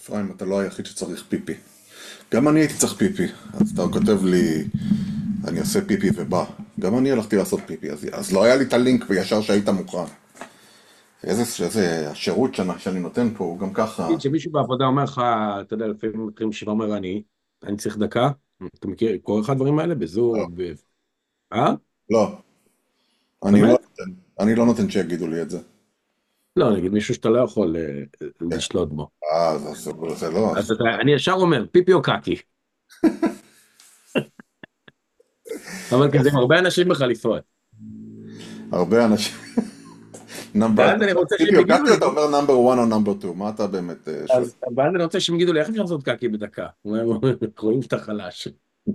אפרים, אתה לא היחיד שצריך פיפי. גם אני הייתי צריך פיפי. אז אתה כותב לי, אני עושה פיפי ובא. גם אני הלכתי לעשות פיפי, אז לא היה לי את הלינק וישר שהיית מוכן. איזה השירות שאני נותן פה, הוא גם ככה. תגיד שמישהו בעבודה אומר לך, אתה יודע, לפעמים מקרים שבא אומר, אני צריך דקה. אתה מכיר, קורא לך הדברים האלה לא, בזום, אה? לא, אני לא באמת? נותן, אני לא נותן שיגידו לי את זה. לא, נגיד מישהו שאתה לא יכול כן. לשלוט בו. זה לא, אז אני ישר אומר, פיפי או קקי. אבל כזה עם הרבה אנשים בחליפות. הרבה אנשים. נאמבר, ואז אני רוצה פיפי שהם או יגידו קקי, לי, אתה אומר נאמבר 1 או נאמבר 2, מה אתה באמת שואל? ואז אני רוצה שהם יגידו לי, איך אפשר לעשות קקי בדקה? רואים שאתה חלש.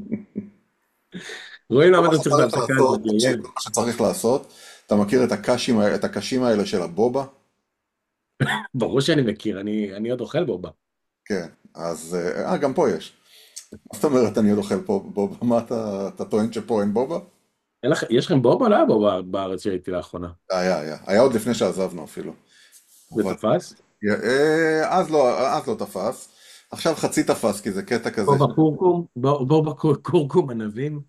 רואים כל למה מה אתה צריך את שצריך ההפסקה הזאת, לעשות, תקשיב, ילד. כל מה שצריך לעשות, אתה מכיר את הקשים האלה של הבובה? ברור שאני מכיר, אני עוד אוכל בובה. כן, אז, גם פה יש. מה זאת אומרת אני עוד אוכל פה בובה? מה אתה טוען שפה אין בובה? יש לכם בובה? לא היה בובה בארץ שהייתי לאחרונה. היה עוד לפני שעזבנו אפילו. זה אבל, תפס? אז לא תפס. עכשיו חצי תפס, כי זה קטע כזה. בובה קורקום? בובה קורקום ענבים?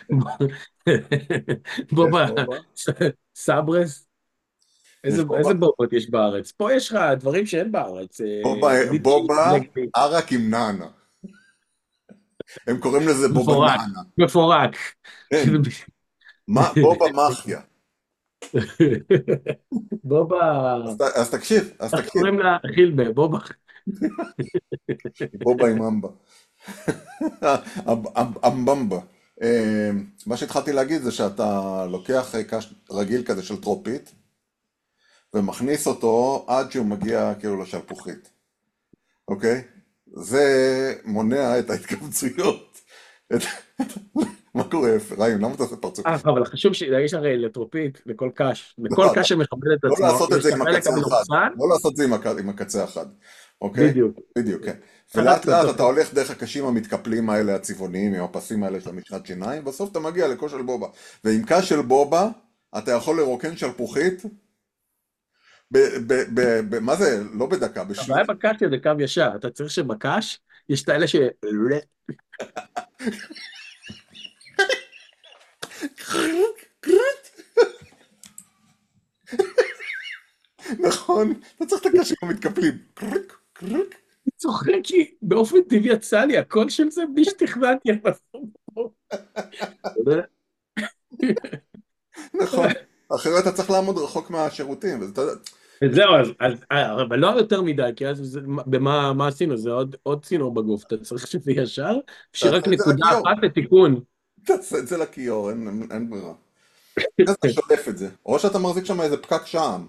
יש בובה בובה? סברס? יש בובה? איזה בובות יש בארץ? פה יש לך דברים שאין בארץ. ליצ'י, בובה בלק פינק. ערק עם נענה. הם קוראים לזה בובה מפורק, נענה. מפורק. כן, בובה מחיה. בובה, איך תקשיב, קוראים לה? חילבה, בובה. בובה עם אמבה. אמבמבה. מה שהתחלתי להגיד זה שאתה לוקח קש רגיל כזה של טרופית, ומכניס אותו עד שהוא מגיע כאילו לשלפוחית, אוקיי? זה מונע את ההתכווצויות. את- מה קורה, אפרים? למה אתה עושה פרצוף? אבל חשוב שיש הרי לטרופית, לכל קש, לא, לכל קש שמכבד את לא עצמו, לעשות את יש זה את עם החלק הקצה האחד. המלוכסן, לא לעשות את זה עם הקצה האחד, אוקיי? בדיוק. בדיוק, כן. רק ולאט לאט אתה הולך דרך הקשים המתקפלים האלה הצבעוניים, עם הפסים האלה של המשחת שיניים, בסוף אתה מגיע לקש של בובה. ועם קש של בובה, אתה יכול לרוקן שלפוחית, מה זה? לא בדקה, הבעיה בשנייה. בקש זה קו ישר, אתה צריך שבקש, יש את האלה ש... נכון, אתה צריך את הקשים המתקפלים. קרק, קרק. אני צוחק כי באופן טבעי יצא לי הקול של זה בלי שתכננתי. נכון. אחרת אתה צריך לעמוד רחוק מהשירותים, ואתה יודע, וזהו, אבל לא יותר מדי, כי אז מה עשינו? זה עוד צינור בגוף, אתה צריך שזה ישר, תעשה שרק את זה נקודה לכיור. אחת לתיקון. תעשה את זה לכיור, אין ברירה. אז אתה שולף את זה. או שאתה מחזיק שם איזה פקק שעם.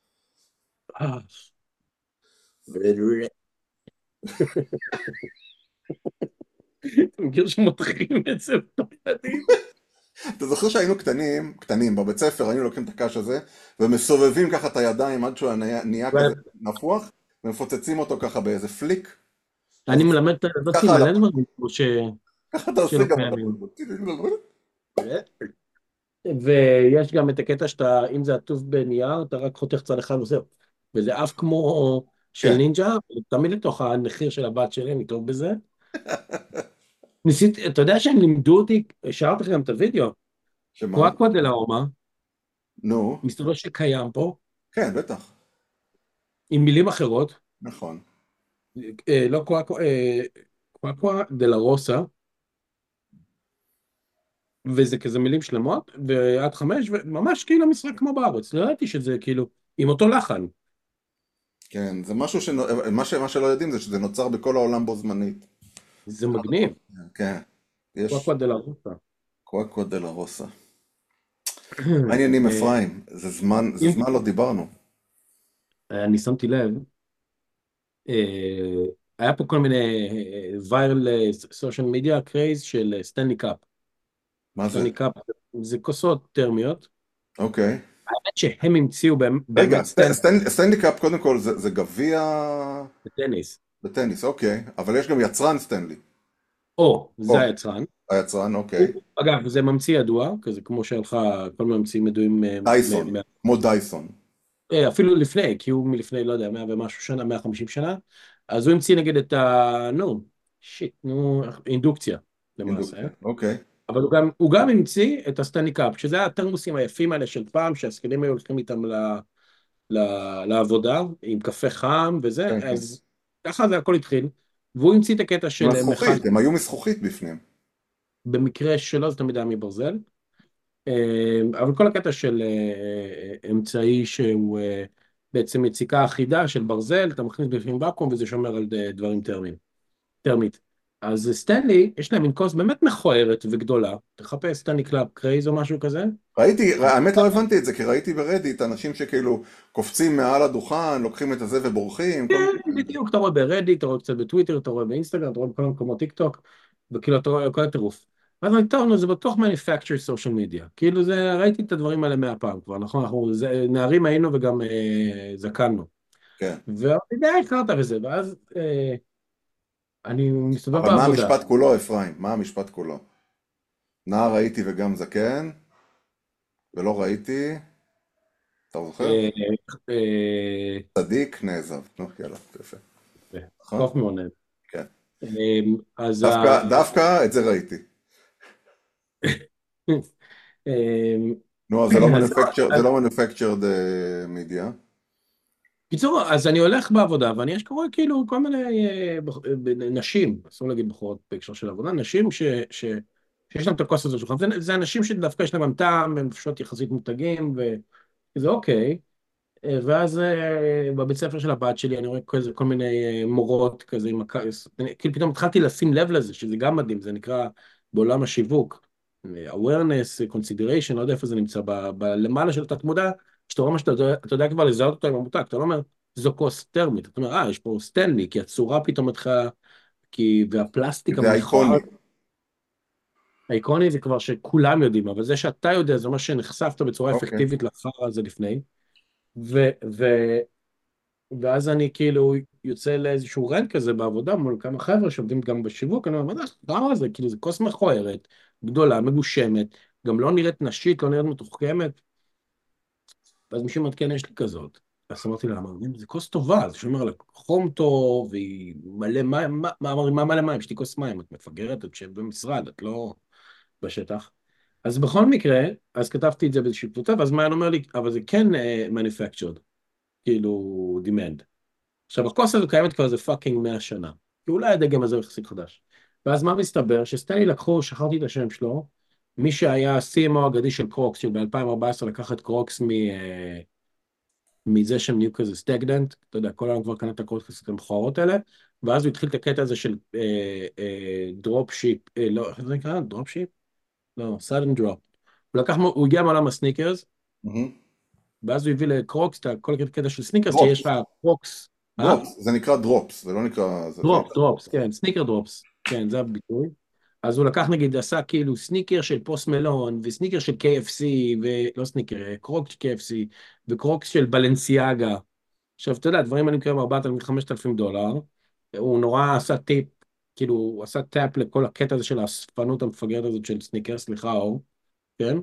אתה מכיר שמותחים את זה בתור ילדים? אתה זוכר שהיינו קטנים, בבית ספר, היינו לוקחים את הקש הזה, ומסובבים ככה את הידיים עד שהוא נהיה כזה נפוח, ומפוצצים אותו ככה באיזה פליק, אז אני מלמד את הילדות ככה על מלא הפנים, דברים פה ככה אתה עושה שלא גם על קיימים. הפנים. ויש גם את הקטע שאתה, אם זה עטוף בנייר, אתה רק חותך צד אחד וזהו. וזה אף כמו של כן, נינג'ה, תמיד לתוך הנחיר של הבת שלי, אני טוב בזה. ניסיתי, אתה יודע שהם לימדו אותי, השארתי לך גם את הוידאו, שמה? קוואקווה דה לה אומה, נו, מסתבר שקיים פה, כן, בטח, עם מילים אחרות, נכון. לא קוואקווה, קוואקווה דה לה רוסה, וזה כזה מילים שלמות, ועד 5, וממש כאילו המשחק כמו בארץ, לא ידעתי שזה כאילו, עם אותו לחן, כן, זה משהו מה שלא יודעים זה שזה נוצר בכל העולם בו זמנית. זה מגניב, כן, יש קוואקווה דה לה רוסה. קוואקו דה לה רוסה. מה העניינים אפרים? זה זמן לא דיברנו. אני שמתי לב, היה פה כל מיני ויירל סושיאל מדיה קרייז של סטנלי קאפ. מה זה? סטנלי קאפ זה כוסות טרמיות. אוקיי. האמת שהם המציאו רגע, באמת סטנלי סטנלי קאפ קודם כל זה גביע בטניס. בטניס, אוקיי, אבל יש גם יצרן סטנלי. או, זה אוקיי, היצרן. היצרן, אוקיי. אגב, זה ממציא ידוע, כזה כמו שלך כל מיני ממציאים ידועים, דייסון, כמו דייסון. אפילו לפני, כי הוא מלפני, לא יודע, 100 ומשהו שנה, 150 שנה. אז הוא המציא נגד את נו, שיט, נו, אינדוקציה, למעשה. אינדוקציה, אוקיי. אבל הוא גם המציא את הסטנלי קאפ, שזה התרמוסים היפים האלה של פעם, שהזקנים היו הולכים איתם לעבודה, עם קפה חם וזה, כן, כן. אז ככה זה הכל התחיל. והוא המציא את הקטע עם של מכל, הזכוכית, הם היו מזכוכית בפנים. במקרה שלו זה תמיד היה מברזל, אבל כל הקטע של אמצעי שהוא בעצם יציקה אחידה של ברזל, אתה מכניס בפנים ואקום וזה שומר על דברים טרמית. אז סטנלי, יש להם מין כוס באמת מכוערת וגדולה, תחפש סטנלי קלאב קרייז או משהו כזה. ראיתי, האמת לא הבנתי את זה, כי ראיתי ברדיט אנשים שכאילו קופצים מעל הדוכן, לוקחים את הזה ובורחים, כל מיני כן, כאלה. בדיוק, אתה רואה ברדיט, אתה רואה קצת בטוויטר, אתה רואה באינסטגרם, אתה רואה בכל מקומות טיק טוק, וכאילו אתה רואה כל הטירוף. ואז אני טוב, נו, זה בטוח manufactured social media. כאילו זה, ראיתי את הדברים האלה 100 פעם כבר, נכון? אנחנו נערים היינו וגם זקנו. כן. ואני די הכרת וזה, ואז אני מסתובב אבל מה בעבודה. המשפט כולו, אפרים? מה המשפט כולו? נער הייתי וגם זקן, ולא ראיתי, אתה זוכר? אה, אה, צדיק נעזב. נו, יאללה, יפה. נכון? קוף מעונן. כן. אז דווקא את זה ראיתי. נו, אז אז זה לא manufactured media. קיצור, אז אני הולך בעבודה, ואני יש קורא כאילו כל מיני נשים, אסור להגיד בחורות בהקשר של עבודה, נשים שיש להם את הכוס הזה שלך, זה אנשים שדווקא יש להם גם טעם, הם פשוט יחסית מותגים, וזה אוקיי. ואז בבית ספר של הבת שלי אני רואה כל מיני מורות כזה עם הכעס, כאילו פתאום התחלתי לשים לב לזה, שזה גם מדהים, זה נקרא בעולם השיווק, awareness, consideration, לא יודע איפה זה נמצא, למעלה של תת מודע, שאתה רואה מה אתה יודע כבר לזהות אותו עם המותג, אתה לא אומר, זו כוס טרמית, אתה אומר, יש פה סטנלי, כי הצורה פתאום מתחילה, והפלסטיק זה המכוער, איקוני. העקרוני זה כבר שכולם יודעים, אבל זה שאתה יודע, זה אומר שנחשפת בצורה אוקיי. אפקטיבית לאחר זה לפני, ו, ו, ואז אני כאילו יוצא לאיזשהו רנט כזה בעבודה מול כמה חבר'ה שעובדים גם בשיווק, אני אומר, מה זה הדבר הזה? כאילו זה כוס מכוערת, גדולה, מגושמת, גם לא נראית נשית, לא נראית מתוחכמת. ואז מישהו אומר, כן, יש לי כזאת. אז אמרתי לה, זה כוס טובה, זה שומר על חום טוב, והיא מלא מים, אמרתי, מה מלא מים? יש לי כוס מים, את מפגרת, את יושבת במשרד, את לא בשטח. אז בכל מקרה, אז כתבתי את זה באיזושהי קבוצה, ואז מאיה אומר לי, אבל זה כן manufactured, כאילו demand. עכשיו, הכוס הזו קיימת כבר איזה פאקינג 100 שנה. כי אולי הדגם הזה הוא יחסית חדש. ואז מה מסתבר? שסטנלי לקחו, שכחתי את השם שלו, מי שהיה CMO האגדי של קרוקס, שב-2014 לקח את קרוקס מזה שהם נהיו כזה סטגננט, אתה יודע, כל העולם כבר קנה את הקרוקס המכוערות האלה, ואז הוא התחיל את הקטע הזה של דרופ שיפ, לא, איך זה נקרא? דרופ שיפ? לא, סאדן דרופ. הוא הגיע מעולם הסניקרס, מהמם. ואז הוא הביא לקרוקס את כל הקטע של סניקרס, שיש דרופס. לה קרוקס, דרופס. זה נקרא דרופס, זה לא נקרא... זה נקרא דרופס, כן, סניקר דרופס, כן, זה הביטוי. אז הוא לקח נגיד, עשה כאילו סניקר של פוסט מלון, וסניקר של KFC, ולא סניקר, קרוקס של KFC, וקרוקס של בלנסיאגה. עכשיו, אתה יודע, דברים האלה נקראים 4,000-5,000 דולר. הוא נורא עשה טיפ, כאילו, הוא עשה טאפ לכל הקטע הזה של האספנות המפגרת הזאת של סניקר, סליחה, אור, כן?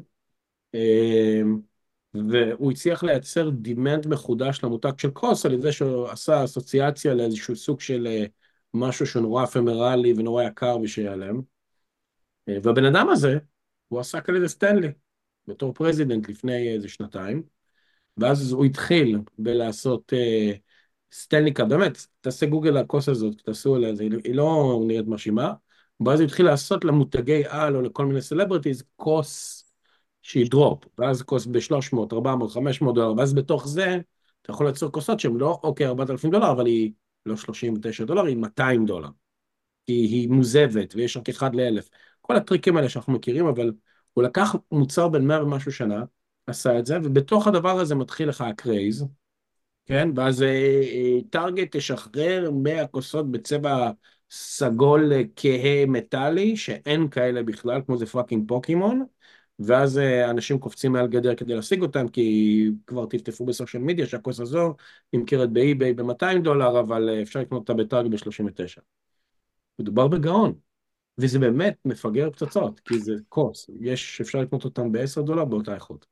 והוא הצליח לייצר דימנד מחודש למותג של קרוס על ידי שהוא עשה אסוציאציה לאיזשהו סוג של משהו שהוא נורא אפמרלי ונורא יקר ושיעלם. והבן אדם הזה, הוא עסק על ידי סטנלי, בתור פרזידנט לפני איזה שנתיים, ואז הוא התחיל בלעשות סטנליקה, באמת, תעשה גוגל לכוס הזאת, תעשו עליה, היא לא נראית מרשימה, ואז הוא התחיל לעשות למותגי על או לכל מיני סלבריטיז כוס שהיא דרופ, ואז כוס ב-300, 400, 500 דולר, ואז בתוך זה אתה יכול ליצור כוסות שהן לא, אוקיי, 4,000 דולר, אבל היא לא 39 דולר, היא 200 דולר. כי היא מוזבת, ויש רק אחד לאלף. כל הטריקים האלה שאנחנו מכירים, אבל הוא לקח מוצר בין 100 ומשהו שנה, עשה את זה, ובתוך הדבר הזה מתחיל לך הקרייז, כן? ואז טארגט תשחרר 100 כוסות בצבע סגול כהה מטאלי, שאין כאלה בכלל, כמו זה פאקינג פוקימון, ואז אנשים קופצים מעל גדר כדי להשיג אותם, כי כבר טפטפו בסושיאל מדיה שהכוס הזו נמכרת באי-ביי ב-200 דולר, אבל אפשר לקנות אותה בטארגט ב-39. מדובר בגאון, וזה באמת מפגר פצצות, כי זה כוס, אפשר לקנות אותם ב-10 דולר באותה איכות.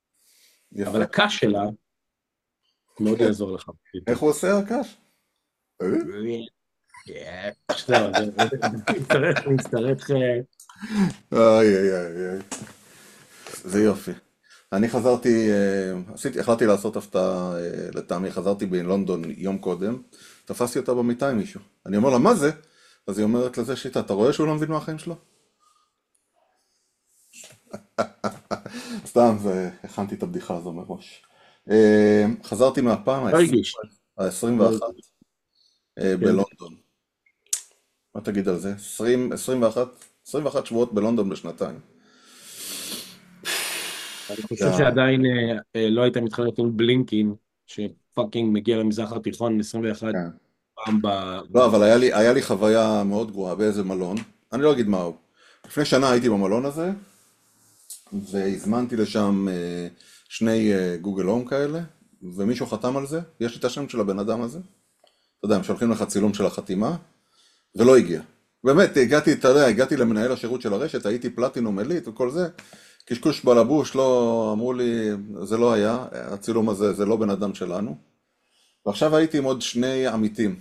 אבל יפה. הקש שלה מאוד כן. יעזור לך. איך הוא עושה הקש? זהו, נצטרך, איי, איי, איי, איי. זה יופי. אני חזרתי, החלטתי לעשות הפתעה לטעמי, חזרתי בלונדון יום קודם, תפסתי אותה במיטה עם מישהו. אני אומר לה, מה זה? אז היא אומרת לזה שיטה, אתה רואה שהוא לא מבין מה החיים שלו? סתם, הכנתי את הבדיחה הזו מראש. חזרתי מהפעם לא הרגיש, לא ה-21 הרגיש, כן. בלונדון. מה תגיד על זה? 21 שבועות בלונדון בשנתיים. אני חושב יא. שעדיין לא היית מתחלק עם בלינקין, שפאקינג מגיע למזרח התיכון 21 כן. פעם לא, אבל היה לי חוויה מאוד גרועה באיזה מלון, אני לא אגיד מהו. לפני שנה הייתי במלון הזה, והזמנתי לשם שני גוגל הום כאלה, ומישהו חתם על זה, יש לי את השם של הבן אדם הזה. אתה יודע, הם שולחים לך צילום של החתימה, ולא הגיע. באמת, אתה יודע, הגעתי למנהל השירות של הרשת, הייתי פלטינום עילית וכל זה, קשקוש בלבוש, לא, אמרו לי, זה לא היה, הצילום הזה, זה לא בן אדם שלנו. ועכשיו הייתי עם עוד שני עמיתים,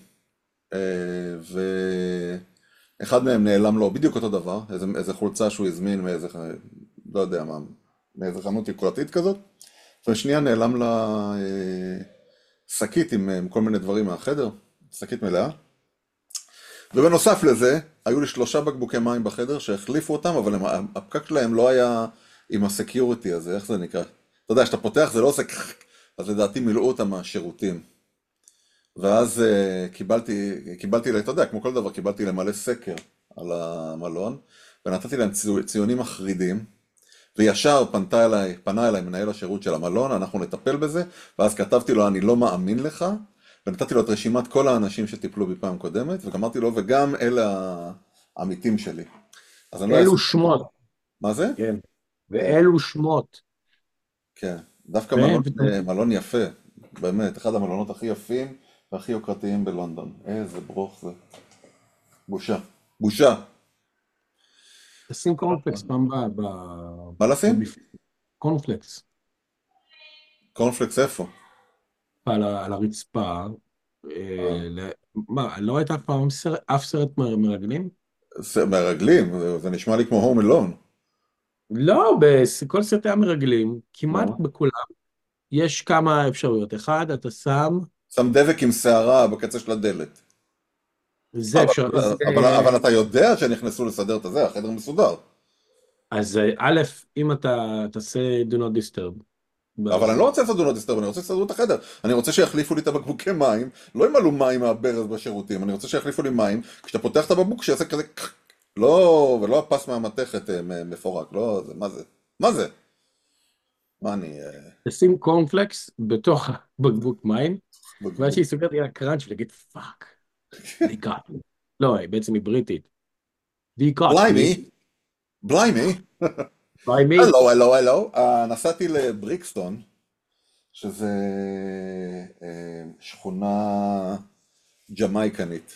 ואחד מהם נעלם לו בדיוק אותו דבר, איזה חולצה שהוא הזמין מאיזה, לא יודע מה, מאיזה חנות יוקרתית כזאת, ושנייה נעלם לה שקית עם כל מיני דברים מהחדר, שקית מלאה. ובנוסף לזה, היו לי 3 בקבוקי מים בחדר שהחליפו אותם, אבל הפקק שלהם לא היה עם הסקיוריטי הזה, איך זה נקרא? אתה יודע, כשאתה פותח זה לא עושה ככה, אז לדעתי מילאו אותם מהשירותים. ואז קיבלתי, אתה יודע, כמו כל דבר, קיבלתי למלא סקר על המלון, ונתתי להם ציונים מחרידים, וישר פנה אליי מנהל השירות של המלון, אנחנו נטפל בזה, ואז כתבתי לו, אני לא מאמין לך, ונתתי לו את רשימת כל האנשים שטיפלו בי פעם קודמת, ואמרתי לו, וגם אלה העמיתים שלי. אז אני לא אעשה... אלו שמות, מה זה? כן, כן, ואלו שמות, כן. דווקא ו- מלון יפה, באמת, אחד המלונות הכי יפים והכי יוקרתיים בלונדון. איזה ברוך זה. בושה. בושה. תשים קורנפלקס פעם מה לשים? קורנפלקס קורנפלקס איפה? על הרצפה. אה, מה, לא הייתה אף פעם אף סרט מרגלים? מרגלים, זה נשמע לי כמו הום אלון. לא, בכל סרטי המרגלים, כמעט נו. בכולם, יש כמה אפשרויות. אחד, אתה שם, שם דבק עם שערה בקצה של הדלת. זה אפשר, אבל אתה יודע שנכנסו לסדר את הזה, החדר מסודר. אז א', אם אתה תעשה do not disturb, אבל אני לא רוצה לעשות דונות דיסטרב, אני רוצה לסדר את החדר. אני רוצה שיחליפו לי את הבקבוקי מים, לא ימלאו מים מהברז בשירותים, אני רוצה שיחליפו לי מים, כשאתה פותח את הבקבוק שיעשה כזה לא, ולא הפס מהמתכת מפורק, לא, מה זה? מה זה? מה אני... תשים קורנפלקס בתוך בקבוק מים, ואז בקבוק. שהיא סוגרת לי על הקראנץ' ותגיד פאק, they got me. לא, בעצם היא בריטית. they got me, בליימי, בליימי, by me. הלו, הלו, הלו. נסעתי לבריקסטון, שזה שכונה ג'מייקנית,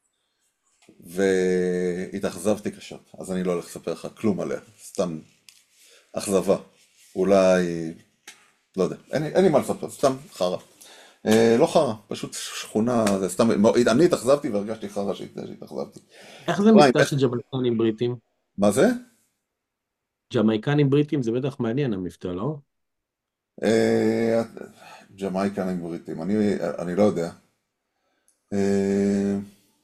והתאכזבתי קשות, אז אני לא הולך לספר לך כלום עליה, סתם אכזבה. אולי, לא יודע, אין לי מה לספר, סתם חרא. לא חרא, פשוט שכונה, זה סתם, אני התאכזבתי והרגשתי חרא שהתאכזבתי. איך זה וואי, מבטא של ג'מייקנים בריטים? מה זה? ג'מייקנים בריטים זה בטח מעניין המבטא, לא? אה, ג'מייקנים בריטים, אני לא יודע. אה,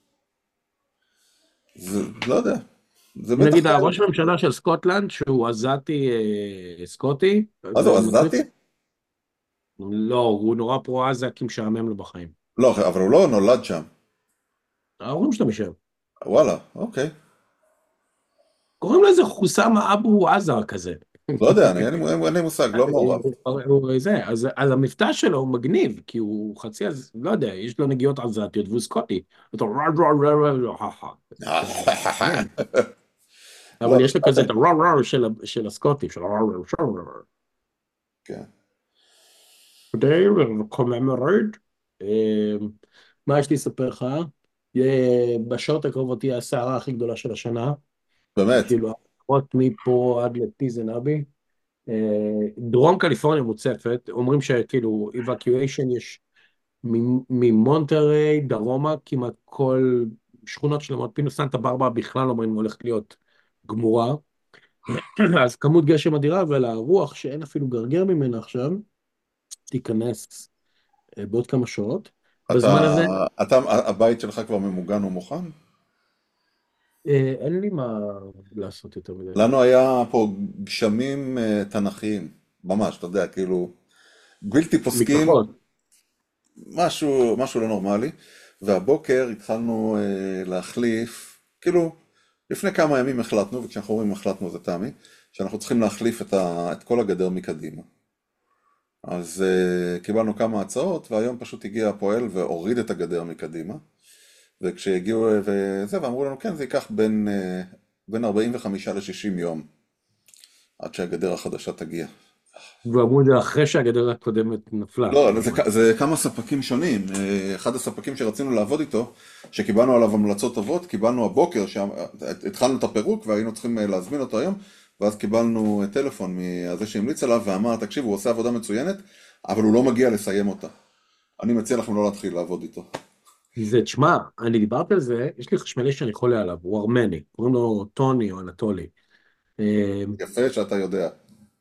לא יודע, זה בטח... נגיד הראש הממשלה של סקוטלנד, שהוא עזתי סקוטי, מה זה, הוא עזתי? לא, הוא נורא פרו-עזה כי משעמם לו בחיים. לא, אבל הוא לא נולד שם. ההורים שלו משם. וואלה, אוקיי. קוראים לזה חוסאמה אבו עזה כזה. לא יודע, אין לי מושג, לא מעורב. אז המבטא שלו הוא מגניב, כי הוא חצי, אז לא יודע, יש לו נגיעות עזתיות והוא סקוטי. אבל לא, יש לו כזה את הרע של הסקוטי, של כן. today we'll commemorate. מה יש לי לספר לך? בשעות הקרובות תהיה הסערה הכי גדולה של השנה, באמת. כאילו, לפחות מפה עד לטיזן אבי. דרום קליפורניה מוצפת, אומרים שכאילו evacuation יש ממונטריי, דרומה, כמעט כל שכונות שלמות, פינו סנטה ברברה בכלל לא אומרים הולכת להיות גמורה. אז כמות גשם אדירה, ולרוח שאין אפילו גרגר ממנה עכשיו, תיכנס בעוד כמה שעות. בזמן אתה, הזה הבית שלך כבר ממוגן ומוכן? אין לי מה לעשות יותר מדי. לנו היה פה גשמים תנכיים, ממש, אתה יודע, כאילו, בלתי פוסקים, מקלחות. משהו לא נורמלי, והבוקר התחלנו להחליף, כאילו, לפני כמה ימים החלטנו, וכשאנחנו אומרים החלטנו זה תמי, שאנחנו צריכים להחליף את כל הגדר מקדימה. אז קיבלנו כמה הצעות, והיום פשוט הגיע הפועל והוריד את הגדר מקדימה, וכשהגיעו וזה, ואמרו לנו, כן, זה ייקח בין 45 ל-60 יום, עד שהגדר החדשה תגיע. ואמרו את זה אחרי שהגדר הקודמת נפלה, לא, כאילו. זה כמה ספקים שונים. אחד הספקים שרצינו לעבוד איתו, שקיבלנו עליו המלצות טובות, קיבלנו הבוקר, התחלנו את הפירוק והיינו צריכים להזמין אותו היום, ואז קיבלנו טלפון מזה שהמליץ עליו ואמר, תקשיב, הוא עושה עבודה מצוינת, אבל הוא לא מגיע לסיים אותה. אני מציע לכם לא להתחיל לעבוד איתו. זה, תשמע, אני דיברתי על זה, יש לי חשמלי שאני חולה עליו, הוא ארמני, קוראים לו טוני או אנטולי. יפה שאתה יודע.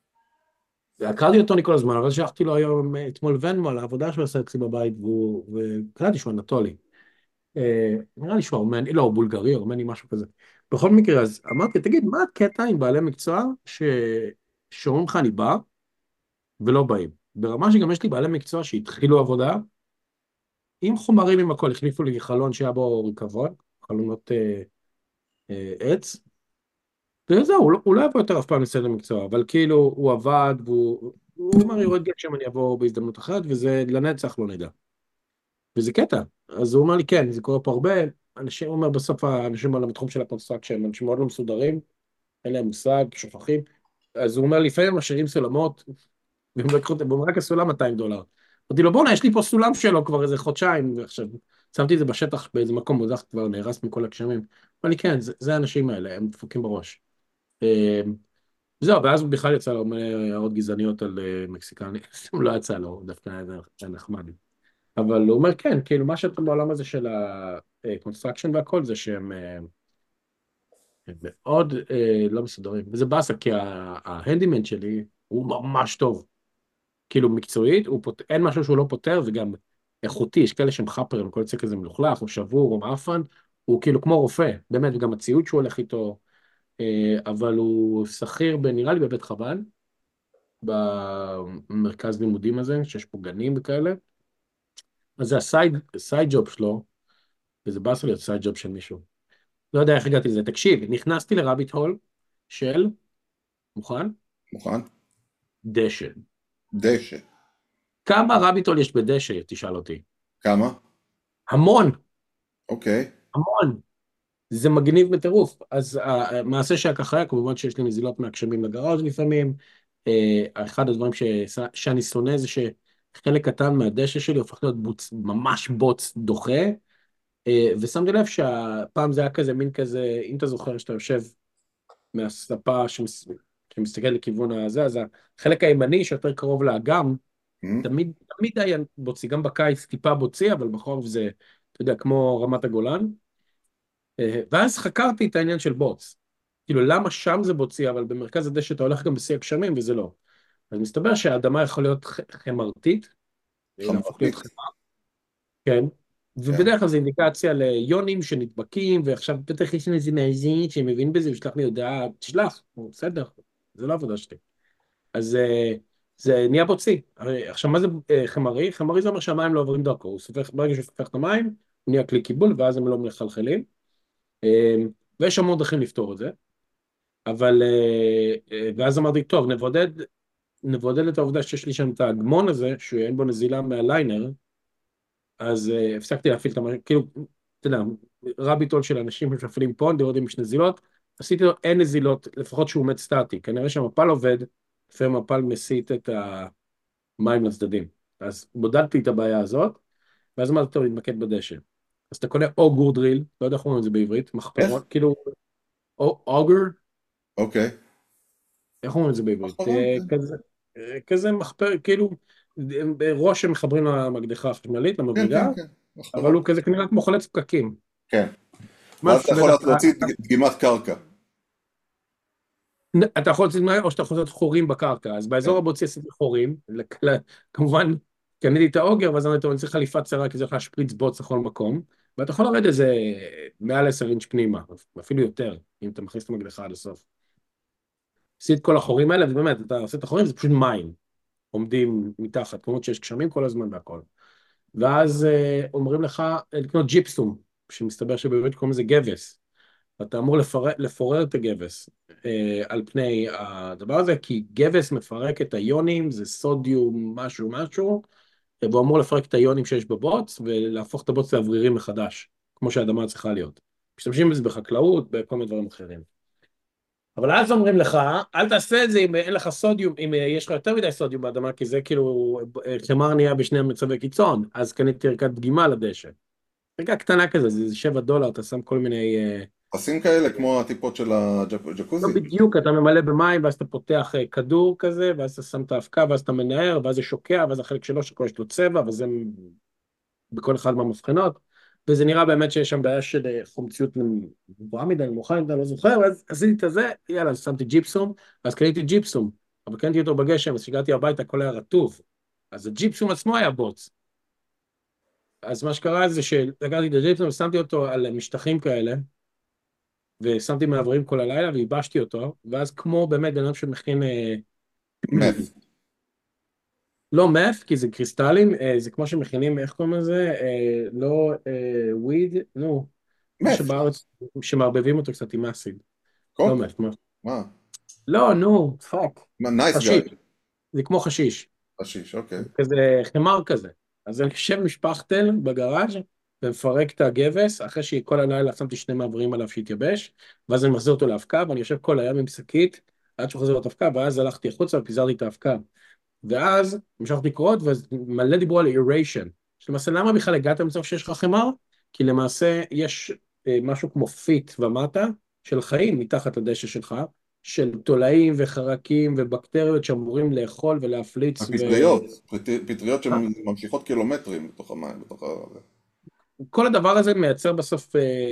הכרתי את טוני כל הזמן, אבל שלחתי לו היום, אתמול ונמו על העבודה שהוא עשה אצלי בבית, וקראתי שהוא אנטולי. נראה לי שהוא ארמני, לא, הוא בולגרי, ארמני, משהו כזה. בכל מקרה, אז אמרתי, תגיד, מה הקטע עם בעלי מקצוע שאומרים לך אני בא ולא באים? ברמה שגם יש לי בעלי מקצוע שהתחילו עבודה, עם חומרים עם הכל, החליפו לי חלון שהיה בו ריקבון, חלונות עץ, וזהו, הוא לא יבוא יותר אף פעם לסדר מקצוע, אבל כאילו הוא עבד, הוא אמר יורד גשם אני אבוא בהזדמנות אחרת, וזה לנצח לא נדע. וזה קטע. אז הוא אומר לי, כן, זה קורה פה הרבה, אנשים, הוא אומר בסוף האנשים על התחום של הקונסטרקשן, הם אנשים מאוד לא מסודרים, אין להם מושג, שוכחים. אז הוא אומר, לפעמים משאירים סולמות, והם לקחו, הוא אומר, רק הסולם $200. אמרתי לו, בואנה, יש לי פה סולם שלו כבר איזה חודשיים, ועכשיו, שמתי את זה בשטח באיזה מקום מוזח, כבר נהרס מכל הגשמים. אמר לי, כן, זה האנשים האלה, הם דפוקים בראש. אה, זהו, ואז הוא בכלל יצא לו הערות גזעניות על מקסיקני, הוא לא יצא לו, דווקא היה נחמד. אבל הוא אומר, כן, כאילו, מה שאתה בעולם הזה של הקונסטרקשן והכל, זה שהם הם מאוד לא מסודרים. וזה באסה, כי ההנדימן שלי הוא ממש טוב. כאילו, מקצועית, אין משהו שהוא לא פותר, וגם איכותי, יש כאלה שהם חאפרים, כל יוצא כזה מלוכלך, או שבור, או מעפן, הוא כאילו כמו רופא, באמת, וגם הציוד שהוא הולך איתו, אבל הוא שכיר, נראה לי בבית חב"ד, במרכז לימודים הזה, שיש פה גנים וכאלה, אז זה הסייד ג'וב שלו, וזה באסה להיות סייד ג'וב של מישהו. לא יודע איך הגעתי לזה. תקשיב, נכנסתי לרביט הול של, מוכן? מוכן? דשא. דשא. כמה רביט הול יש בדשא, תשאל אותי? כמה? המון, אוקיי. המון. זה מגניב בטירוף. אז המעשה שככה היה, כמובן שיש לי נזילות מהגשמים לגראז' לפעמים. אחד הדברים שאני שונא זה שחלק קטן מהדשא שלי הופך להיות ממש בוץ דוחה, ושמתי לב שהפעם זה היה כזה, מין כזה, אם אתה זוכר שאתה יושב מהספה שמסתכל לכיוון הזה, אז החלק הימני שיותר קרוב לאגם, Mhm. תמיד היה בוצי, גם בקיץ טיפה בוצי, אבל בחורף זה, אתה יודע, כמו רמת הגולן. ואז חקרתי את העניין של בוץ. כאילו, למה שם זה בוצי, אבל במרכז הדשא אתה הולך גם בשיא הגשמים, וזה לא. אז מסתבר שהאדמה יכול להיות חמרתית, להפוך להיות חמורתית. חמר, כן, כן. ובדרך כלל זה אינדיקציה ליונים שנדבקים, ועכשיו בטח יש איזה מאזין שמבין בזה, ושלח לי הודעה, תשלח, בסדר, זה לא עבודה שלי. אז זה נהיה בוצי. עכשיו, מה זה חמרי? חמרי זה אומר שהמים לא עוברים דרכו, ברגע שהוא סופך את המים, הוא נהיה כלי קיבול, ואז הם לא מחלחלים. ויש המון דרכים לפתור את זה, אבל, ואז אמרתי, טוב, נבודד את העובדה שיש לי שם את ההגמון הזה, שאין בו נזילה מהליינר, אז הפסקתי להפעיל את המשהו, כאילו, אתה יודע, רביט הול של אנשים שמפעילים פה, לראות אם יש נזילות, עשיתי לו, אין נזילות, לפחות שהוא עומד סטטי, כנראה שהמפל עובד, לפעמים המפל מסיט את המים לצדדים. אז בודדתי את הבעיה הזאת, ואז אמרתי, טוב, נתמקד בדשא. אז אתה קונה או גורדריל, לא יודע איך אומרים את זה בעברית, איך? מחפרון, כאילו, או אוגר, אוקיי. איך אומרים את זה בעברית? אחרון, כן. כזה מחפר, כאילו, ראש שמחברים למקדחה החשמלית, כן, למברגה, כן, כן, אבל מחברות. הוא כזה כנראה כמו חולץ פקקים. כן. ואז אתה משהו יכול בטח, להוציא דגימת קרקע. אתה יכול לעשות מים או שאתה יכול לעשות חורים בקרקע, אז באזור כן. הבוצי עשיתי חורים, כמובן קניתי את האוגר, ואז אמרתי, אני צריך חליפה צרה, כי זה הולך להשפריץ בוץ לכל מקום, ואתה יכול לרדת איזה מעל 10 אינץ' פנימה, אפילו יותר, אם אתה מכניס את המקדחה עד הסוף. עשית כל החורים האלה, ובאמת, אתה עושה את החורים, זה פשוט מים, עומדים מתחת, כמות שיש גשמים כל הזמן והכל. ואז אומרים לך לקנות ג'יפסום, שמסתבר שבאמת קוראים לזה גבס. אתה אמור לפורר את הגבס על פני הדבר הזה, כי גבס מפרק את היונים, זה סודיום משהו משהו, והוא אמור לפרק את היונים שיש בבוץ, ולהפוך את הבוץ לאוורירי מחדש, כמו שהאדמה צריכה להיות. משתמשים בזה בחקלאות, בכל מיני דברים אחרים. אבל אז אומרים לך, אל תעשה את זה אם אין לך סודיום, אם יש לך יותר מדי סודיום באדמה, כי זה כאילו, חמר נהיה בשני מצבי קיצון, אז קניתי ערכת דגימה לדשא. ערכה קטנה כזה, זה $7, אתה שם כל מיני... פסים כאלה כמו הטיפות של לא הג'קוזי. בדיוק, אתה ממלא במים, ואז אתה פותח כדור כזה, ואז אתה שם את האבקה, ואז אתה מנער, ואז זה שוקע, ואז החלק שלו שכל יש לו צבע, וזה בכל אחד מהמבחנות, וזה נראה באמת שיש שם בעיה של חומציות גבוהה מדי, נמוכה מדי, לא זוכר, ואז עשיתי את זה, יאללה, אז שמתי ג'יפסום, אז קניתי ג'יפסום, אבל קניתי אותו בגשם, אז כשהגעתי הביתה הכל היה רטוב, אז הג'יפסום עצמו היה בוץ. אז מה שקרה זה שלקחתי את הג'יפסום ושמתי אותו על משטחים כאלה, ושמתי מעברים כל הלילה וייבשתי אותו, ואז כמו באמת בן אדם שמכין, מת. לא מף, כי זה קריסטלים, זה כמו שמכינים, איך קוראים לזה? לא וויד, נו, מה מת. שבארץ, שמערבבים אותו קצת עם אסיד. לא קוק? מף, מה? מה? לא, נו, פאק. נייס חשיש, גאי. זה כמו חשיש. חשיש, אוקיי. כזה חמר כזה. אז אני יושב משפחתל בגראז' ומפרק את הגבס, אחרי שכל הלילה שמתי שני מעברים עליו שהתייבש, ואז אני מחזיר אותו לאבקה, ואני יושב כל היום עם שקית, עד שהוא חוזר להיות אבקה, ואז הלכתי החוצה ופיזרתי את האבקה. ואז המשכתי לקרוא, ומלא דיברו על איריישן. למעשה, למה בכלל הגעת למצב שיש לך חמר? כי למעשה יש משהו כמו פיט ומטה של חיים מתחת לדשא שלך, של תולעים וחרקים ובקטריות שאמורים לאכול ולהפליץ הפטריות, פטריות שממשיכות קילומטרים בתוך המים, בתוך ה... כל הדבר הזה מייצר בסוף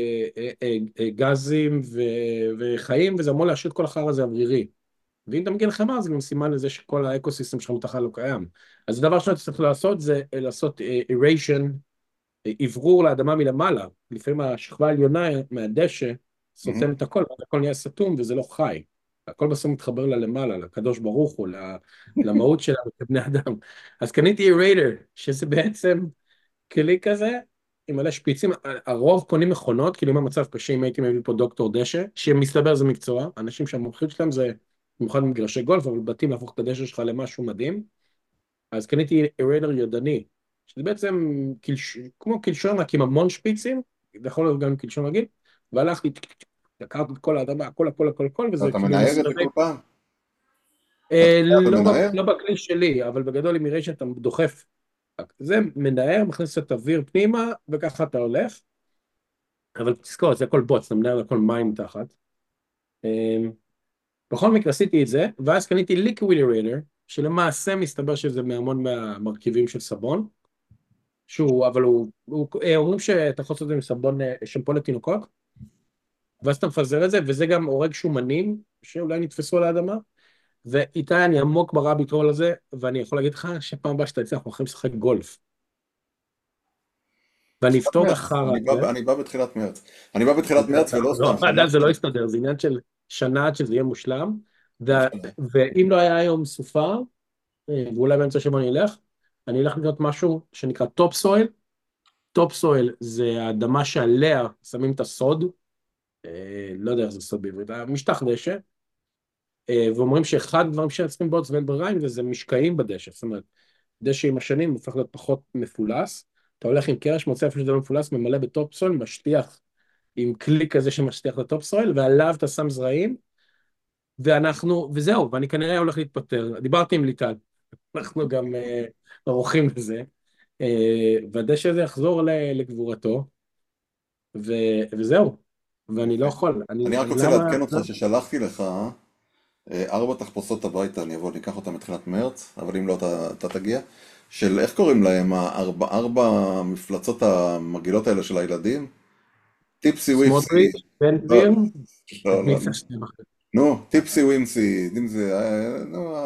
גזים וחיים, וזה אמור להשאיר את כל החרא הזה אוורירי. ואם אתה מגיע לחמר, זה גם סימן לזה שכל האקוסיסטם שלך מתחת לא קיים. אז הדבר שאתה צריך לעשות זה לעשות איריישן, אוורור לאדמה מלמעלה. לפעמים השכבה העליונה מהדשא סותם את הכל, הכל נהיה סתום וזה לא חי. הכל בסוף מתחבר ללמעלה, לקדוש ברוך הוא, למהות שלנו כבני אדם. אז קניתי אירייטר, שזה בעצם כלי כזה, עם מלא שפיצים, הרוב קונים מכונות, כאילו אם המצב קשה, אם הייתי מביא פה דוקטור דשא, שמסתבר זה מקצוע, אנשים שהמומחיות שלהם זה במיוחד מגרשי גולף, אבל בתים להפוך את הדשא שלך למשהו מדהים, אז קניתי אירייטר ידני, שזה בעצם כמו קלשון, רק עם המון שפיצים, זה יכול להיות גם קלשון רגיל, והלכתי, לקחתי את כל האדמה, הכל, וזה ואתה כאילו מנער את זה מסתובב. כל פעם? אתה חייב לא, ומנער? לא בכלי שלי, אבל בגדול אם יראה שאתה דוחף, זה מנער, מכניס את אוויר פנימה, וככה אתה הולך, אבל תזכור, זה הכל בוץ, אתה מנער הכל מים תחת. בכל מקרה עשיתי את זה, ואז קניתי ליקוויד אירייטר, שלמעשה מסתבר שזה מהמון מהמרכיבים של סבון, אבל אומרים שאתה יכול לעשות את זה עם סבון, שמפו לתינוקות, ואז אתה מפזר את זה, וזה גם הורג שומנים, שאולי נתפסו על האדמה, ואיתי אני עמוק ברביט הול הזה, ואני יכול להגיד לך שפעם הבאה שאתה יצא, אנחנו הולכים לשחק גולף. ואני תחילת אפתור את מרץ, החרא הזה. אני בא בתחילת מרץ. אני בא בתחילת מרץ ולא סתם, עד אז זה לא שמחתי. יסתדר, זה עניין של שנה עד שזה יהיה מושלם, לא משנה. ואם לא היה היום סופה, ואולי באמצע שבוע אני אלך, אני אלך לקנות משהו שנקרא טופ סויל. טופ סויל זה האדמה שעליה שמים את הסוד, לא יודע איך זה סוד בעברית, משטח דשא, ואומרים שאחד הדברים שצריכים בוץ ואין ברירה עם זה משקעים בדשא, זאת אומרת, דשא עם השנים הופך להיות פחות מפולס, אתה הולך עם קרש, מוצא איפה שזה לא מפולס, ממלא בטופ סויל, משטיח עם כלי כזה שמשטיח לטופ סויל, ועליו אתה שם זרעים, וזהו, ואני כנראה הולך להתפטר. דיברתי עם ליטל, אנחנו גם ערוכים לזה, והדשא הזה יחזור לגבורתו, וזהו, ואני לא יכול, אני רק רוצה למה, לעדכן אותך ששלחתי לך 4 תחפושות הביתה, אני אבוא, אני אקח אותן מתחילת מרץ, אבל אם לא, אתה תגיע. של איך קוראים להם, ארבע המפלצות המגעילות האלה של הילדים? טיפסי וויפסי, סמוטריץ', בן לא, גביר, את לא, מי לא, צריך שנייה אחרי? נו, טיפסי ווימסי, דימסי, נו,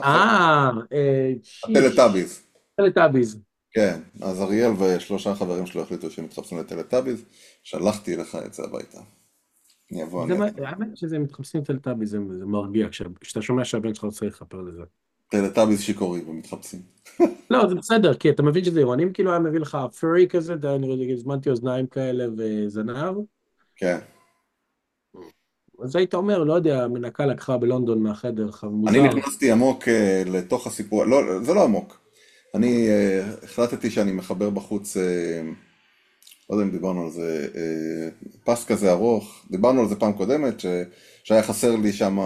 שיש, הטלטאביז. טלטאביז. כן, אז אריאל ושלושה חברים שלו החליטו שהם מתחפשים לטלטאביז, שלחתי לך את זה הביתה. אני אבוא, אני אעשה. האמת שזה מתחפשים טלטאביז, זה מרגיע, כשאתה שומע שהבן שלך צריך לכפר לזה. טלטאביז שיכורים ומתחפשים. לא, זה בסדר, כי אתה מבין שזה אירונים, כאילו היה מביא לך פרי כזה, אני הזמנתי אוזניים כאלה וזנב, כן. אז היית אומר, לא יודע, מנקה לקחה בלונדון מהחדר, אני מוזר. נכנסתי עמוק לתוך הסיפור, לא, זה לא עמוק. אני החלטתי שאני מחבר בחוץ, לא יודע אם דיברנו על זה, פס כזה ארוך, דיברנו על זה פעם קודמת, שהיה חסר לי שם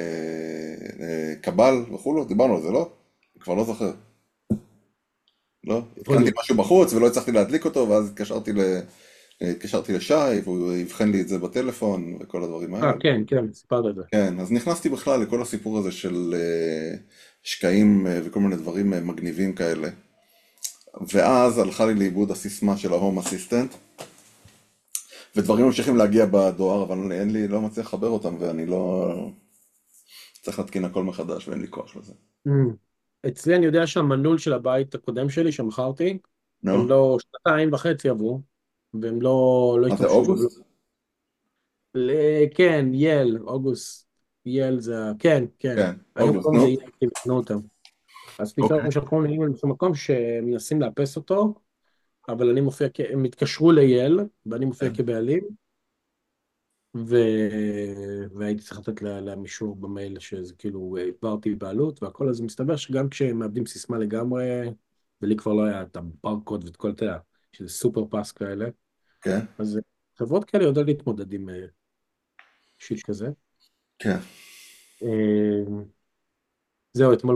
קבל וכולו, דיברנו על זה, לא? אני כבר לא זוכר. לא? יכול התקנתי להיות. משהו בחוץ ולא הצלחתי להדליק אותו, ואז התקשרתי לשי, והוא יבחן לי את זה בטלפון וכל הדברים האלה. כן, כן, סיפרת את זה. כן, אז נכנסתי בכלל לכל הסיפור הזה של שקעים וכל מיני דברים מגניבים כאלה. ואז הלכה לי לאיבוד הסיסמה של ההום אסיסטנט, ודברים ממשיכים להגיע בדואר, אבל אין לי, לא מצליח לחבר אותם, ואני לא... צריך להתקין הכל מחדש, ואין לי כוח לזה. Mm. אצלי אני יודע שהמנעול של הבית הקודם שלי, שמכרתי, נו, הם לא, 2.5 עברו, והם לא מה זה, השתמשו בו. אוגוסט? כן, יל, אוגוסט, יל זה, כן, כן. כן, היו אוגוסט, קוראים נו. לזה יל, כי הם קנו אותם. אז פתאום אוקיי, שלחו לי אימייל במקום שמנסים לאפס אותו, אבל אני מופיע, הם התקשרו ליל, ואני מופיע כן, כבעלים, ו... והייתי צריך לתת להם אישור במייל שזה כאילו העברתי בעלות והכל, אז מסתבר שגם כשהם מאבדים סיסמה לגמרי, ולי כבר לא היה את הברקוד ואת כל, אתה יודע, שזה סופר פאס כאלה, כן, אז חברות כאלה יודעות להתמודד עם שיט כזה. כן, אה, זהו, אתמול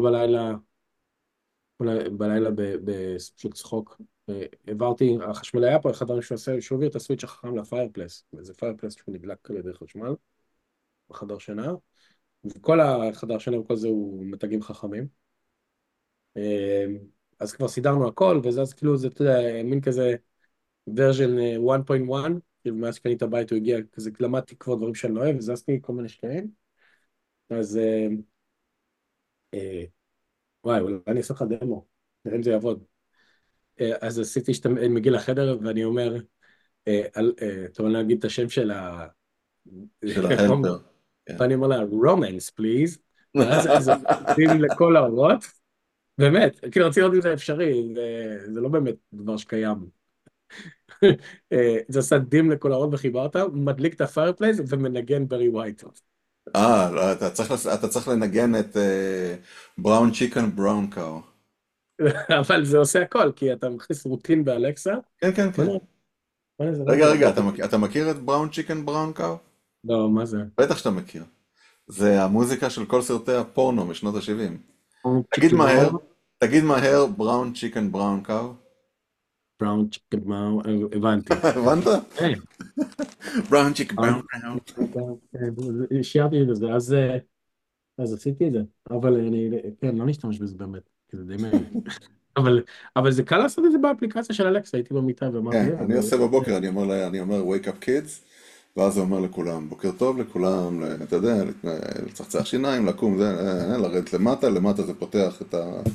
בלילה פשוט צחוק, העברתי, החשמל היה פה, אחד הדברים שהוא עושה, שהוא העביר את הסוויץ' החכם לפיירפלס, וזה פיירפלס שהוא נדלק על ידי חשמל, בחדר שינה, וכל החדר שינה וכל זה הוא מתגים חכמים. אז כבר סידרנו הכל, וזה אז כאילו זה, אתה יודע, מין כזה version 1.1, כאילו מאז שקניתי את הבית הוא הגיע, כזה למדתי כבר דברים שאני לא אוהב, הזזתי כל מיני שקעים, אז אה, וואי, אולי אני אעשה לך דמו, נראה אם זה יעבוד. אז עשיתי שאתה מגיע לחדר ואני אומר, טוב, אני לא אגיד את השם של ה... של ההלפר, כן. ואני אומר לה, romance, please, ואז זה עושים לכל האורות, באמת, כאילו רציתי לראות אם זה אפשרי, זה לא באמת דבר שקיים. זה עשה דים לכל האורות וחיבה אותה, מדליק את הפיירפלייס ומנגן ברי ווייט. לא, אתה צריך לנגן את בראון צ'יקן בראון קאו. אבל זה עושה הכל, כי אתה מכניס רוטין באלקסה, כן, כן, בוא כן. נראה, בוא נראה, זה רגע, יעבוד. רגע, אתה מכיר את בראון צ'יקן בראון קאו? לא, מה זה? בטח שאתה מכיר. זה המוזיקה של כל סרטי הפורנו משנות ה-70. תגיד צ'יקן מהר, בראון, תגיד מהר, בראון צ'יקן בראון קאו. בראון צ'יקן בראון, הבנתי. הבנת? כן, בראון צ'יקן בראון קאו. שיערתי את זה, אז עשיתי את זה, אבל אני, כן, לא נשתמש בזה באמת, כי זה די מעניין. אבל זה קל לעשות את זה באפליקציה של אלכסה, הייתי במיטה ואמרתי, כן, אני עושה בבוקר, אני אומר wake up kids, ואז הוא אומר לכולם, בוקר טוב לכולם, אתה יודע, לצחצח שיניים, לקום, לרדת למטה, למטה זה פותח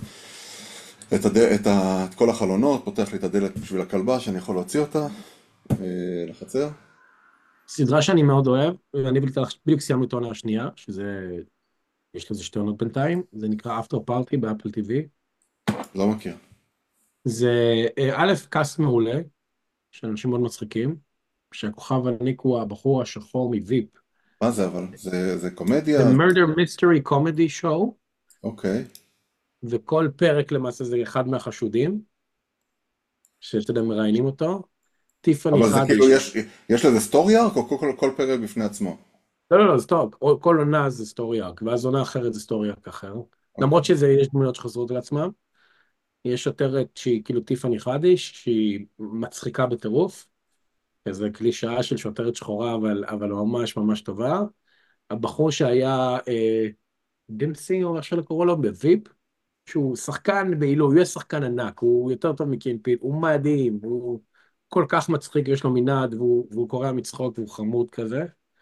את כל החלונות, פותח לי את הדלת בשביל הכלבה, שאני יכול להוציא אותה לחצר. סדרה שאני מאוד אוהב, אני בדיוק סיימנו את העונה השנייה, שזה, יש לזה 2 עונות בינתיים, זה נקרא After Party באפל TV. לא מכיר. זה א', קאסט מעולה, של אנשים מאוד מצחיקים, שהכוכב הניק הוא הבחור השחור מוויפ. מה זה אבל? זה זה קומדיה? murder mystery comedy show, אוקיי. וכל פרק למעשה זה אחד מהחשודים, שאתה יודע, מראיינים אותו. טיפאני אבל זה כאילו, חדיש. יש לזה סטורי ארק או כל פרק בפני עצמו? לא, לא, לא, זה טוב. כל עונה זה סטורי ארק, ואז עונה אחרת זה סטורי ארק אחר. אוקיי. למרות שיש דמויות שחזרות על עצמם. יש שוטרת שהיא כאילו טיפאני חדיש, שהיא מצחיקה בטירוף. כזה קלישאה של שוטרת שחורה, אבל ממש ממש טובה. הבחור שהיה דימפסי, או איך שלא קורא לו, בוויפ, שהוא שחקן בעילוי, הוא יהיה שחקן ענק, הוא יותר טוב מקינפיל, הוא מדהים, הוא כל כך מצחיק, יש לו מנעד, והוא קורע מצחוק והוא חמוד כזה.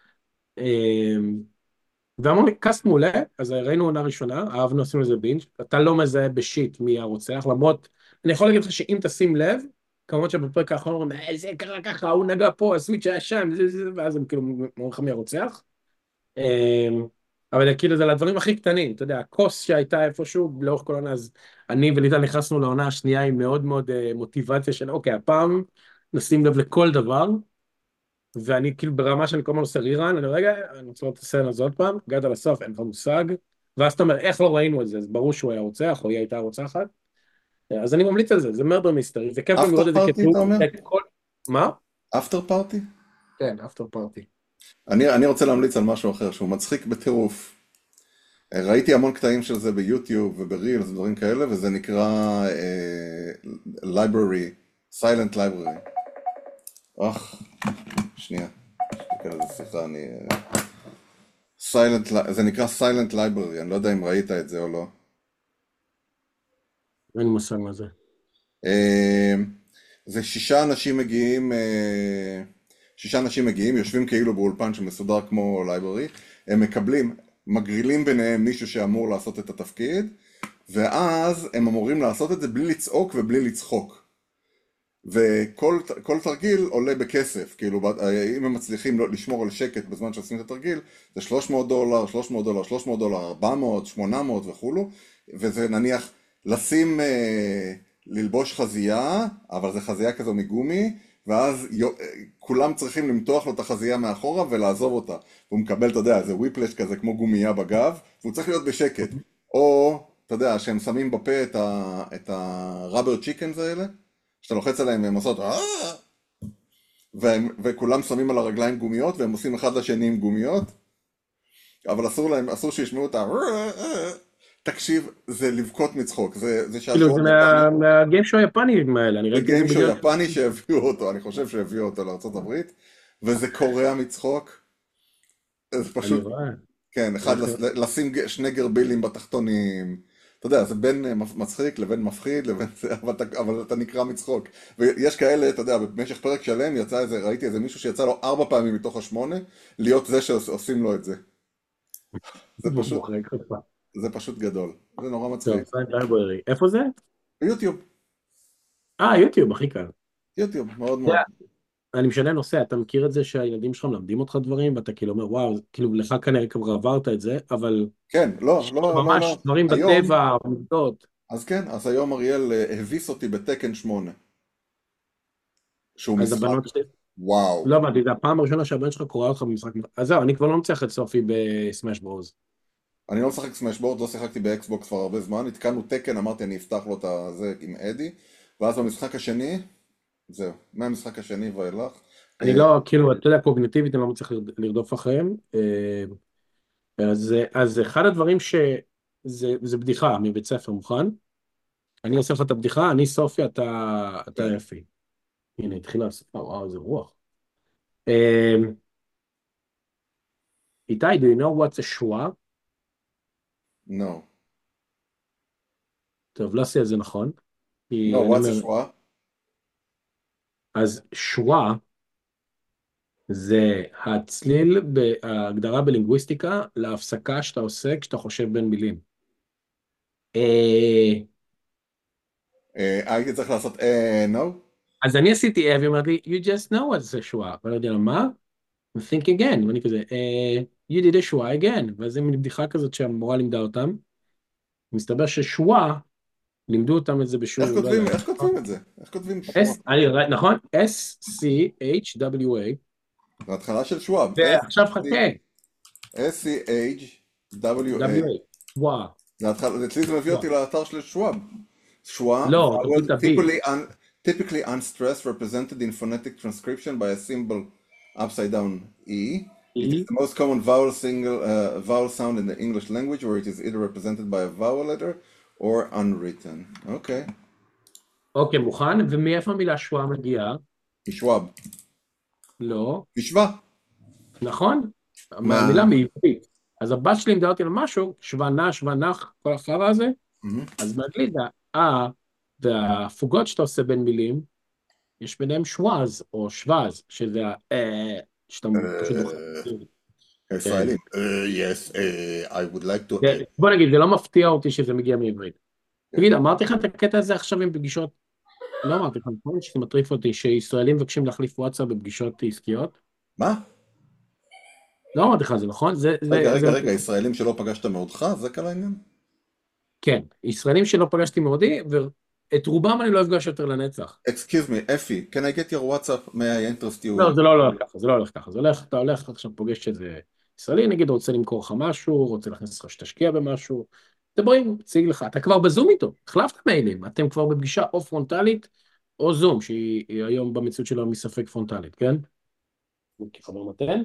ואמרו לי, קאסט מעולה, אז ראינו עונה ראשונה, אהבנו, עשינו לזה בינג', אתה לא מזהה בשיט מי הרוצח, למרות, אני יכול להגיד לך שאם תשים לב, כמובן שבפרק האחרון אומרים, זה קרה ככה, הוא נגע פה, הסוויץ' היה שם, ואז הם כאילו אומרים לך מי הרוצח. אבל כאילו זה לדברים הכי קטנים, אתה יודע, הכוס שהייתה איפשהו לאורך כל עונה, אז אני וליטל נכנסנו לעונה השנייה עם מאוד מאוד מוטיבציה של, אוקיי, הפעם נשים לב לכל דבר, ואני כאילו ברמה שאני כל הזמן עושה רירן, אני רגע, אני רוצה לראות את הסצנה הזאת עוד פעם, הגעת לסוף, אין לך מושג, ואז אתה אומר, איך לא ראינו את זה? אז ברור שהוא היה רוצח, או היא הייתה רוצחת, אז אני ממליץ על זה, זה מרדר מיסטרי, זה כיף גם לראות אפטר את זה פארטי, אתה כתוב, אומר? מה? אפטר פארטי? כן, אפטר פארטי. אני רוצה להמליץ על משהו אחר שהוא מצחיק בטירוף. ראיתי המון קטעים של זה ביוטיוב וברילס ודברים כאלה, וזה נקרא library, silent library. שנייה, יש לי כאלה שיחה, זה נקרא silent library, אני לא יודע אם ראית את זה או לא. אין לי מושג מה זה. זה שישה אנשים מגיעים, יושבים כאילו באולפן שמסודר כמו לייברי, הם מגרילים ביניהם מישהו שאמור לעשות את התפקיד, ואז הם אמורים לעשות את זה בלי לצעוק ובלי לצחוק. וכל תרגיל עולה בכסף, כאילו אם הם מצליחים לשמור על שקט בזמן שעושים את התרגיל, זה $300, $300, 400, 800 וכולו, וזה נניח ללבוש חזייה, אבל זה חזייה כזו מגומי, ואז כולם צריכים למתוח לו את החזייה מאחורה ולעזוב אותה. והוא מקבל, אתה יודע, זה וויפלש כזה כמו גומייה בגב, והוא צריך להיות בשקט. או, אתה יודע, שהם שמים בפה את הראבר צ'יקנס האלה, שאתה לוחץ עליהם והם עושות וכולם שמים על הרגליים גומיות, והם עושים אחד לשני עם גומיות, אבל אסור שישמעו את תקשיב, זה לבכות מצחוק, זה כאילו זה שעשוע טוטאלי. מהגיימשו היפנים האלה, אני זה ראיתי את זה גיים שואו בגלל... יפני שהביאו אותו, אני חושב שהביאו אותו לארצות הברית, וזה קורע מצחוק. זה אני פשוט, רואה. כן, לשים שני גרבילים בתחתונים, אתה יודע, זה בין מצחיק לבין מפחיד, אבל אתה נקרע מצחוק. ויש כאלה, אתה יודע, במשך פרק שלם ראיתי איזה מישהו שיצא לו 4 פעמים מתוך 8, להיות זה שעושים לו את זה. זה פשוט גדול, זה נורא טוב, מצחיק. סיין לייבררי. איפה זה? ביוטיוב, יוטיוב, הכי קל. יוטיוב, מאוד Yeah. מאוד. אני משנה נושא, אתה מכיר את זה שהילדים שלך מלמדים אותך דברים, ואתה כאילו אומר, וואו, כאילו לך כנראה כבר עברת את זה, אבל כן, לא, לא, לא, ממש לא. דברים היום, בטבע, עובדות. אז כן, אז היום אריאל הביס אותי בתקן 8, שהוא אז משחק, הבנות שלי, וואו. לא הבנתי, זה הפעם הראשונה שהבן שלך קורא אותך במשחק. אז זהו, אני כבר לא מצליח את סופי בסמאש ברוז. אני לא משחק סמאשבורד, לא שיחקתי באקסבוקס כבר הרבה זמן, התקנו תקן, אמרתי אני אפתח לו את זה עם אדי, ואז במשחק השני, זהו, מהמשחק השני ואילך. אני לא, כאילו, אתה יודע, קוגניטיבית, אני לא מצליח לרדוף אחריהם. אז אחד הדברים זה בדיחה מבית ספר, מוכן? אני אעשה לך את הבדיחה, אני סופי, אתה כן, אפי. הנה, התחילה הסופה, וואו, איזה רוח. אמ, איתי, do you know what's a שואה? no, טוב, לא עשי את זה נכון. no, כי אני what's a אומר, שואה? אז שואה זה הצליל, ההגדרה בלינגוויסטיקה, להפסקה שאתה עושה כשאתה חושב בין מילים. אה, הייתי צריך לעשות no? אז אני עשיתי והיא אומרת לי, you just know what's a שואה. ואני יודע לה, מה? think again. ואני כזה, you did a שואה again. ואז זה מין בדיחה כזאת שהמורה לימדה אותם. מסתבר ששואה, לימדו אותם את זה בשיעור, לא יודע. איך כותבים את זה? איך כותבים שואה? נכון? S-C-H-W-A. זה התחלה של שואה, ועכשיו חכה. S-C-H-W-A. W-A. שואה. אצלי זה מביא אותי לאתר של שואה. שואה, לא, תגיד תביא. typically unstressed, represented in phonetic transcription by a symbol upside down E. It is the most common vowel sound in the English language, where it is either represented by a vowel letter or unwritten. אוקיי. אוקיי, מוכן? ומאיפה המילה שואה מגיעה? ישואב. לא. ישווה. נכון? המילה מעברית. אז הבת שלי לימדה אותי על משהו, שוונח, כל החרא הזה, מהמם. אז באנגלית וההפוגות שאתה עושה בין מילים, יש ביניהם שוואז או שווז, שזה שאתה פשוט דוחה. אה, כן. הישראלים. Yes, I would like to... בוא נגיד, זה לא מפתיע אותי שזה מגיע מעברית. תגיד, אמרתי לך את הקטע הזה עכשיו עם פגישות? לא אמרתי לך, נכון? שזה מטריף אותי, שישראלים מבקשים להחליף וואטסאפ בפגישות עסקיות? מה? לא אמרתי לך זה, נכון? רגע, רגע, רגע, ישראלים שלא פגשת מעודך? זה כל העניין? כן, ישראלים שלא פגשתי מעודי, ואת רובם אני לא אפגש יותר לנצח. Excuse me, אפי, can I get your WhatsApp? May I interest you לא, in... זה לא הולך ככה, זה לא הולך ככה. אתה הולך עכשיו פוגש איזה ישראלי, נגיד, רוצה למכור לך משהו, רוצה להכניס לך שתשקיע במשהו, מדברים, מציג לך, אתה כבר בזום איתו, החלפת מיילים, אתם כבר בפגישה או פרונטלית או זום, שהיא היום במציאות שלה מספק פרונטלית, כן? כחבר מתן.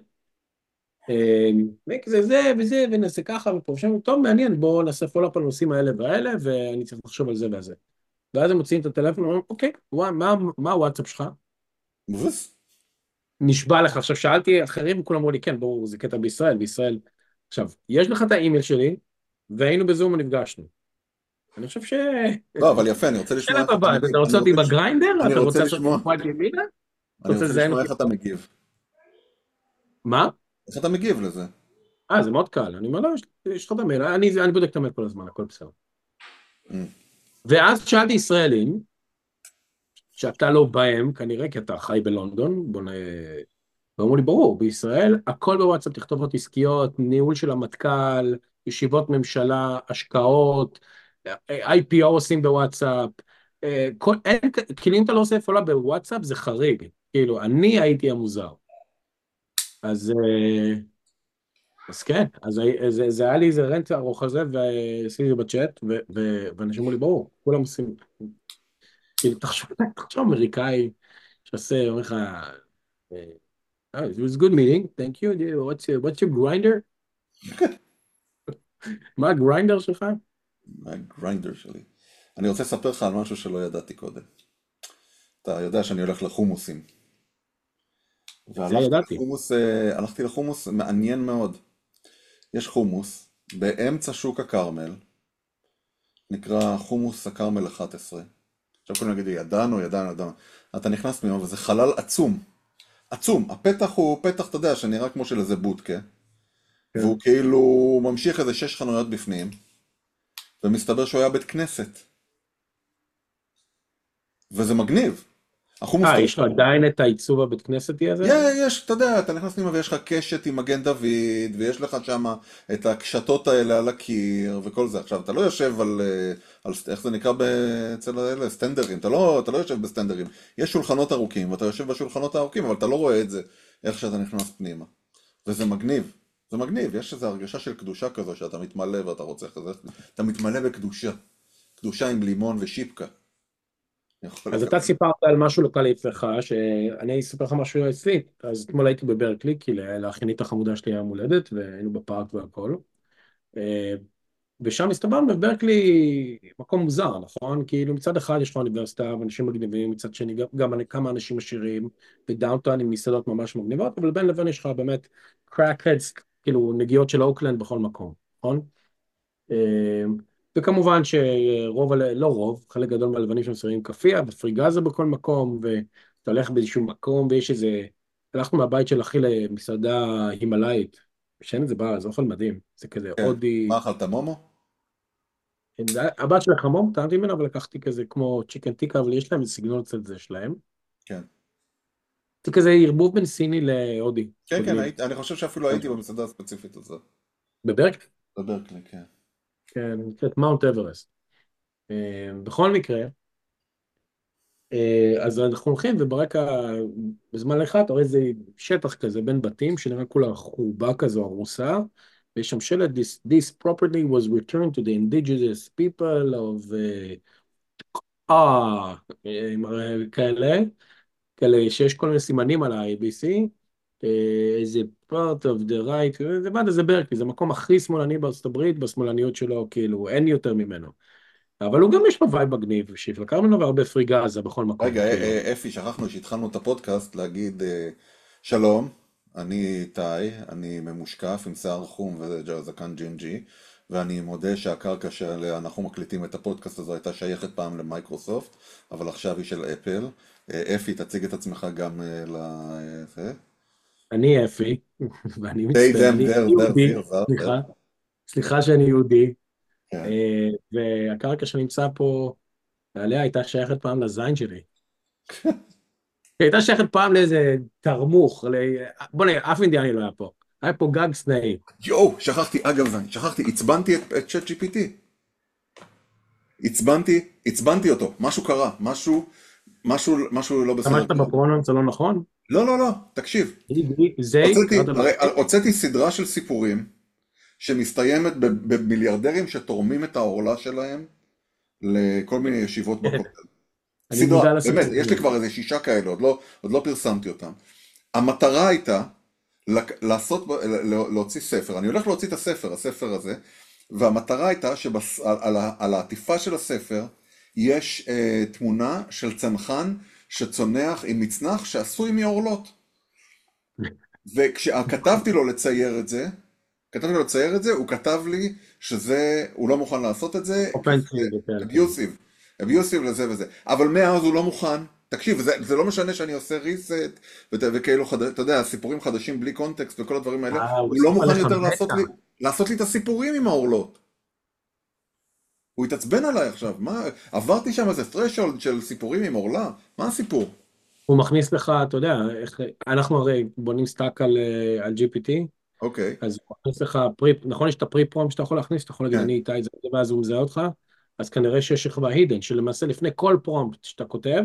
זה וזה, ונעשה ככה ופה ושם, טוב, מעניין, בואו נעשה פולאפ על הנושאים האלה והאלה, ואני צריך לחשוב על זה וזה. ואז הם מוציאים את הטלפון, ואומרים, אוקיי, מה הוואטסאפ שלך? מבוס? נשבע לך, עכשיו שאלתי אחרים, וכולם אמרו לי, כן, ברור, זה קטע בישראל. עכשיו, יש לך את האימייל שלי, והיינו בזום ונפגשנו. אני חושב ש... לא, אבל יפה, אני רוצה אלא לשמוע איך אתה בבית, מגיב. אתה רוצה אותי בגריינדר? אני אתה רוצה רוצה לעשות לשמוע, סווייפ ימינה? אתה אני רוצה רוצה לזיין לשמוע אותי איך אתה פה? מגיב. מה? איך אתה מגיב לזה? זה מאוד קל. אני אומר, לא, יש לך את המייל, אני בודק את המייל כל הזמן, הכל בסדר. Mm. ואז שאלתי ישראלים, שאתה לא בהם, כנראה, כי אתה חי בלונדון, ואמרו לי, ברור, בישראל, הכל בוואטסאפ, תכתובות עסקיות, ניהול של המטכ"ל, ישיבות ממשלה, השקעות, IPO עושים בוואטסאפ, כאילו אם אתה לא עושה פולאפ בוואטסאפ, זה חריג. כאילו, אני הייתי המוזר. אז, כן, אז זה היה לי איזה רנט ארוך הזה, ועשיתי את זה בצ'אט, ואנשים אמרו לי, ברור, כולם עושים, כאילו, תחשוב אמריקאי שעושה, אומר לך, it was a good meeting, thank you. What's your grinder? מה הגריינדר שלך? הגריינדר שלי. אני רוצה לספר לך על משהו שלא ידעתי קודם. אתה יודע שאני הולך לחומוסים. זה ידעתי. הלכתי לחומוס מעניין מאוד. יש חומוס באמצע שוק הכרמל, נקרא חומוס הכרמל 11. עכשיו כולם יגידו, ידענו. אתה נכנס פנימה וזה חלל עצום. עצום. הפתח הוא פתח, אתה יודע, שנראה כמו של איזה בוטקה. כן. והוא כאילו ממשיך איזה 6 חנויות בפנים, ומסתבר שהוא היה בית כנסת. וזה מגניב. החומוס... יש לו עדיין את העיצוב הבית כנסתי הזה? יש, אתה יודע, אתה נכנס פנימה ויש לך קשת עם מגן דוד, ויש לך שם את הקשתות האלה על הקיר, וכל זה. עכשיו, אתה לא יושב על איך זה נקרא אצל האלה? סטנדרים. אתה לא יושב בסטנדרים. יש שולחנות ארוכים, ואתה יושב בשולחנות הארוכים, אבל אתה לא רואה את זה, איך שאתה נכנס פנימה. וזה מגניב. זה מגניב, יש איזו הרגשה של קדושה כזו, שאתה מתמלא ואתה רוצה כזה, אתה מתמלא בקדושה. קדושה עם לימון ושיפקה. אז אתה סיפרת על משהו לוקאלי אצלך, שאני אספר לך משהו אצלי. אז אתמול הייתי בברקלי, כי לאחיינית החמודה שלי היה מולדת, והיינו בפארק והכל. ושם הסתובבנו בברקלי מקום מוזר, נכון? כאילו מצד אחד יש לך אוניברסיטה ואנשים מגניבים, מצד שני גם כמה אנשים עשירים, ודאונטאון עם מסעדות ממש מגניבות, אבל בין לבין יש לך באמת crackheads, כאילו נגיעות של אוקלנד בכל מקום, נכון? וכמובן שרוב, לא רוב, חלק גדול מהלבנים שם שמים כאפיה ופריגזה בכל מקום, ואתה הולך באיזשהו מקום ויש איזה, הלכנו מהבית של אחי למסעדה הימלאית, שאין את זה בארץ, זה אוכל מדהים, זה כזה כן. הודי, מה אכלת, מומו? הבת של החמום, טעמתי ממנה, אבל לקחתי כזה כמו צ'יקן טיקה, אבל יש להם סגנון קצת זה שלהם. כן. זה כזה ערבוב בין סיני להודי, כן, כן, מגניב. אני חושב שאפילו הייתי במסעדה הספציפית הזאת. בברקלי? בברקלי, כן. כן, נקראת מאונט אברסט. בכל מקרה, אז אנחנו הולכים, וברקע, בזמן אחד, אתה רואה איזה שטח כזה בין בתים, שנראה כולה חורבה כזו, הרוסה, ויש שם שלט, this property was returned to the indigenous people of, כאלה, כאלה שיש כל מיני סימנים על ה-ABC, איזה part of the right, זה ברקלי, זה המקום הכי שמאלני בארצות הברית, בשמאלניות שלו, כאילו, אין יותר ממנו. אבל הוא גם יש לו וייב מגניב, שיפלקר ממנו והרבה פריגזה בכל מקום, רגע, כאילו. אפי, שכחנו שהתחלנו את הפודקאסט להגיד שלום, אני איתי, אני ממושקף עם שיער חום וזקן ג'ינג'י, ואני מודה שהקרקע שאנחנו מקליטים את הפודקאסט הזה הייתה שייכת פעם למייקרוסופט, אבל עכשיו היא של אפל. אפי, תציג את עצמך גם לזה. אני אפי, ואני They, מצטער, them, אני their, יהודי, theirs, their. סליחה, סליחה שאני יהודי, כן. והקרקע שנמצא פה, עליה הייתה שייכת פעם לזין שלי. היא הייתה שייכת פעם לאיזה תרמוך, בוא נראה, אף אינדיאני לא היה פה. היה פה גג סנאי. יואו, שכחתי, אגב, שכחתי, עצבנתי את צ'אט GPT. עצבנתי אותו, משהו קרה, משהו לא בסדר. השתמשת בפרונונס הלא נכון? לא, לא, לא, תקשיב. זה, קראת לו. הוצאתי סדרה של סיפורים שמסתיימת במיליארדרים שתורמים את העורלה שלהם לכל מיני ישיבות בכותל. אני מודע סדרה, באמת, לסיפור. יש לי כבר איזה 6 כאלה, עוד לא פרסמתי אותם. המטרה הייתה להוציא ספר, אני הולך להוציא את הספר הזה, והמטרה הייתה שעל העטיפה של הספר יש תמונה של צנחן שצונח עם מצנח שעשוי מעורלות. וכשכתבתי לו לצייר את זה, הוא כתב לי הוא לא מוכן לעשות את זה, אביוסיב לזה וזה. אבל מאז הוא לא מוכן. תקשיב, זה לא משנה שאני עושה ריסט, וכאילו, אתה יודע, סיפורים חדשים בלי קונטקסט וכל הדברים האלה, הוא לא מוכן יותר לעשות לי את הסיפורים עם העורלות. הוא התעצבן עליי עכשיו, עברתי שם איזה threshold של סיפורים עם עורלה, מה הסיפור? הוא מכניס לך, אתה יודע, אנחנו הרי בונים סטאק על GPT, אוקיי. אז הוא מכניס לך, נכון, יש את הפרי פרומפט שאתה יכול להכניס, אתה יכול להגיד, אני איתי, ואז הוא מזהה אותך, אז כנראה שיש שכבה הידן, שלמעשה לפני כל פרומפט שאתה כותב,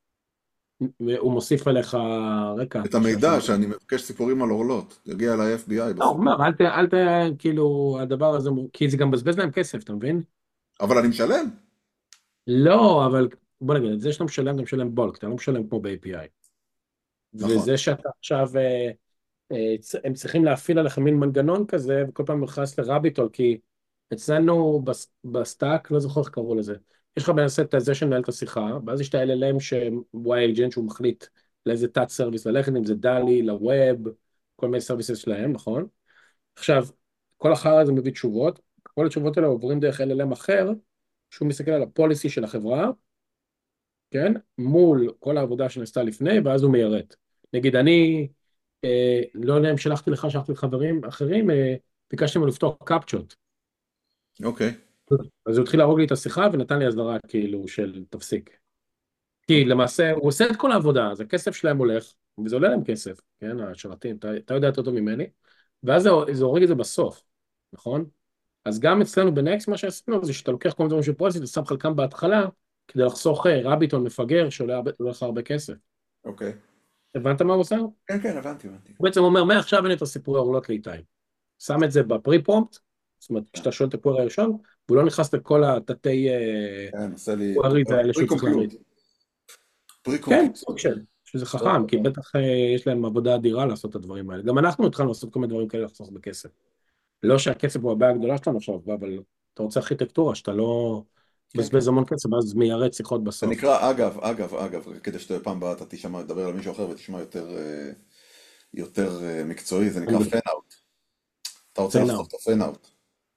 הוא מוסיף עליך רקע. את המידע שאני מבקש סיפורים על עורלות, יגיע ל-FBI בסוף. לא, הוא אומר, כאילו, הדבר הזה, כי זה גם בזבז להם כסף, אתה מבין? אבל אני משלם. לא, אבל בוא נגיד, את זה שאתה משלם, אתה משלם בולק, אתה לא משלם כמו ב-API. נכון. וזה שאתה עכשיו, הם צריכים להפעיל עליך מין מנגנון כזה, וכל פעם נכנס לרביטול, כי אצלנו בסטאק, לא זוכר איך קראו לזה, יש לך בנסה את זה שנהל את השיחה, ואז יש את ה-LLM שהוא האג'נט שהוא מחליט לאיזה תת סרוויס ללכת, אם זה דלי, לווב, כל מיני סרוויסס שלהם, נכון? עכשיו, כל החרא הזה מביא תשובות, כל התשובות האלה עוברים דרך LLM אחר, שהוא מסתכל על הפוליסי של החברה, כן? מול כל העבודה שנעשתה לפני, ואז הוא מיירט. נגיד, אני, לא יודע אם שלחתי לחברים אחרים, ביקשתי ממנו לפתוח קפצ'ות. אוקיי. אז הוא התחיל להרוג לי את השיחה, ונתן לי הסדרה כאילו של תפסיק. כי למעשה, הוא עושה את כל העבודה, אז הכסף שלהם הולך, וזה עולה להם כסף, כן? השרתים, אתה יודע יותר טוב ממני, ואז זה הורג את זה בסוף, נכון? אז גם אצלנו בנקסט מה שעשינו זה שאתה לוקח כל מיני דברים של פוליסי ושם חלקם בהתחלה כדי לחסוך רביטון מפגר שעולה לך הרבה כסף. אוקיי. הבנת מה הוא עושה? כן, כן, הבנתי. הוא בעצם אומר, מעכשיו אין את הסיפורי העורלות לאיתי. שם את זה בפרי פרומפט, זאת אומרת, כשאתה שואל את הקורא הראשון, והוא לא נכנס לכל התתי קואריז האלה שהוא צריך להריד. כן, סוג של, שזה חכם, כי בטח יש להם עבודה אדירה לעשות את הדברים האלה. גם אנחנו התחלנו לעשות כל מיני דברים כאלה לחסוך בכסף. לא שהכסף הוא הבעיה הגדולה שלנו עכשיו, אבל אתה רוצה ארכיטקטורה, שאתה לא מבזבז המון כסף, ואז מיירט שיחות זה בסוף. נקרא, אגב, כדי שפעם הבאה אתה תשמע, תדבר על מישהו אחר ותשמע יותר מקצועי, זה נקרא fan-out. אתה רוצה לחסוך את ה-fan-out.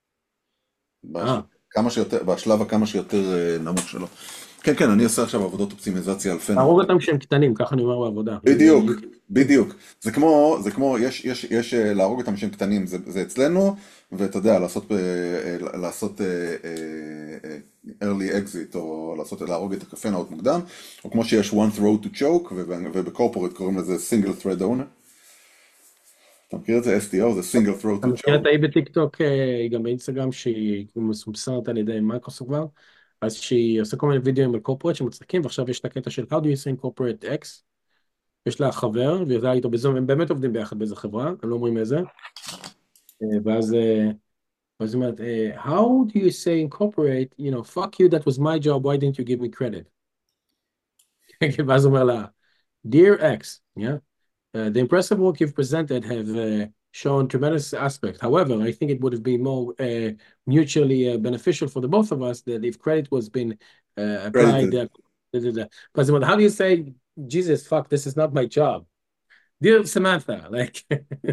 בשלב הכמה שיותר נמוך שלו. כן, כן, אני עושה עכשיו עבודות אופטימיזציה על fan-out. להרוג אותם שהם קטנים, ככה אני אומר בעבודה. בדיוק. זה כמו, יש להרוג אותם שהם קטנים, זה אצלנו, ואתה יודע, לעשות early exit, או להרוג את ה-fan-out מוקדם, או כמו שיש one throat to choke, ובקורפורט קוראים לזה single thread owner. אתה מכיר את זה? STO, זה single throat to choke. אתה מכיר את האי בטיקטוק, היא גם באינסטגרם, שהיא מסומסרת על ידי מייקרוסופט כבר, אז שהיא עושה כל מיני וידאוים על קורפורט שמצחיקים, ועכשיו יש את הקטע של How do you say corporate X, יש לה חבר, והיא עובדה איתו בזום, הם באמת עובדים ביחד באיזה חברה, הם לא אומרים איזה, ואז היא אומרת, How do you say incorporate, fuck you, that was my job, why didn't you give me credit? ואז הוא אומר לה, Dear X, yeah, the impressive work you've presented have shown tremendous aspect. However, I think it would have been more mutually beneficial for the both of us that if credit was been applied. Because how do you say, Jesus, fuck, this is not my job? Dear Samantha, like,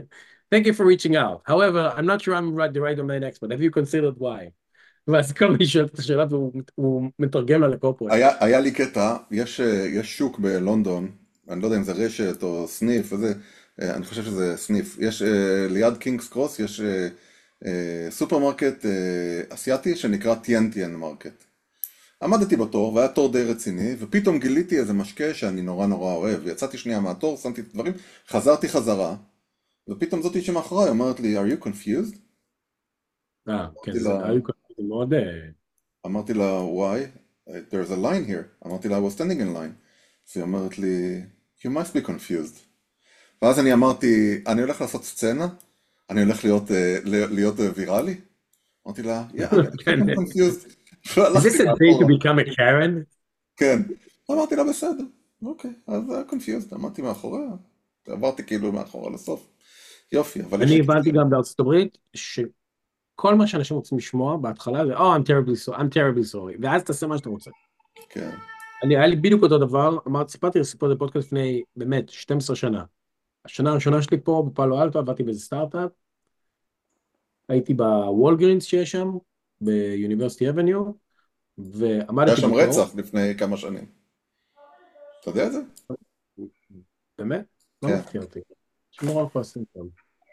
thank you for reaching out. However, I'm not sure I'm the right domain expert. Have you considered why? ואז כל מי שואל את השאלה והוא מתרגם לה לקורפורט. היה לי קטע, יש שוק בלונדון, אני לא יודע אם זה רשת או סניף, אני חושב שזה סניף, יש ליד קינגס קרוס, יש סופרמרקט אסיאטי שנקרא טיאנטיאן מרקט. עמדתי בתור, והיה תור די רציני, ופתאום גיליתי איזה משקה שאני נורא נורא אוהב, יצאתי שנייה מהתור, שמתי את הדברים, חזרתי חזרה, ופתאום זאתי שמאחוריי אומרת לי, are you confused? כן, זה מאוד... אמרתי לה, why? There's a line here. אמרתי לה, I was standing in line. אז היא אומרת לי, you must be confused. ואז אני אמרתי, אני הולך לעשות סצנה? אני הולך להיות ויראלי? אמרתי לה, yeah, I'm confused. Is this a day to become a Karen? כן. אמרתי לה, בסדר. אוקיי, אז confused. אמרתי מאחוריה. עברתי כאילו מאחורה לסוף. יופי, אבל... אני הבנתי גם בארצות הברית, כל מה שאנשים רוצים לשמוע בהתחלה זה, I'm terribly sorry, ואז תעשה מה שאתה רוצה. כן. היה לי בדיוק אותו דבר, סיפרתי בפודקאסט לפני, באמת, 12 שנה. השנה הראשונה שלי פה בפאלו אלטו, עבדתי באיזה סטארט-אפ, הייתי בוולגרינס שיש שם, ביוניברסיטי אבניו, ועמדתי... היה שם רצח לפני כמה שנים. אתה יודע את זה? באמת? כן. לא מפתיע אותי. שמורה כועסים שם.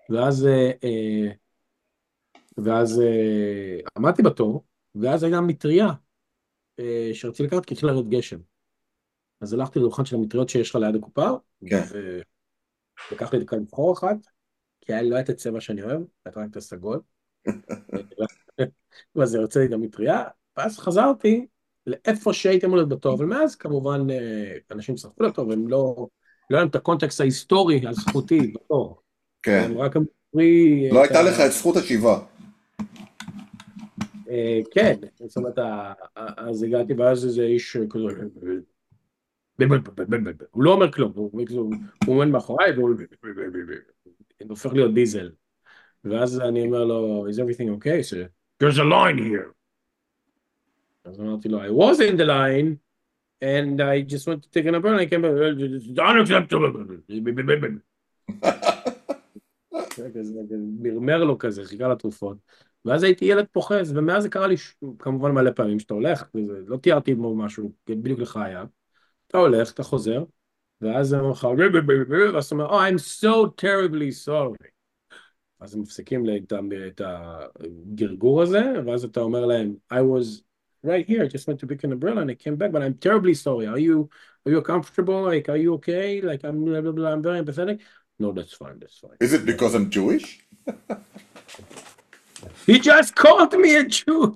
ואז עמדתי בתור, ואז הייתה מטריה שרציתי לקחת כי התחילה להיות גשם. אז הלכתי לדוכן של המטריות שיש לך ליד הקופה, כן. ולקח לי דקה לבחור אחת, כי לא הייתה צבע שאני אוהב, הייתה רק את הסגול. ואז רציתי גם מטריה, ואז חזרתי לאיפה שהייתי אמור להיות בתור, אבל מאז כמובן אנשים שחקו לתור, והם לא היה להם את הקונטקסט ההיסטורי הזכותי בתור. כן. רק לא הייתה לך את זכות השיבה. כן, זאת אומרת, אז הגעתי, ואז איזה איש כזה, הוא לא אומר כלום, הוא עומד מאחוריי, והוא הופך להיות דיזל. ואז אני אומר לו, is everything okay? So, there's a line here. אז אמרתי לו, I was in the line, and I just went to take an umbrella, and I came back, it's unacceptable. מרמר לו כזה, חיכה לתרופות. ואז הייתי ילד פוחז, ומאז זה קרה לי כמובן מלא פעמים שאתה הולך, לא תיארתי משהו, בדיוק לך היה. אתה הולך, אתה חוזר, ואז הם אומר, ואז אתה אומר, I'm so terribly sorry. אז הם מפסיקים את הגרגור הזה, ואז אתה אומר להם, I was right here, I just went to pick an umbrella and I came back, but I'm terribly sorry. Are you comfortable? Like, are you okay? Like, I'm blah, blah, blah, I'm very empathetic. No, that's fine, that's fine. Is it because I'm Jewish? He just called me a Jew.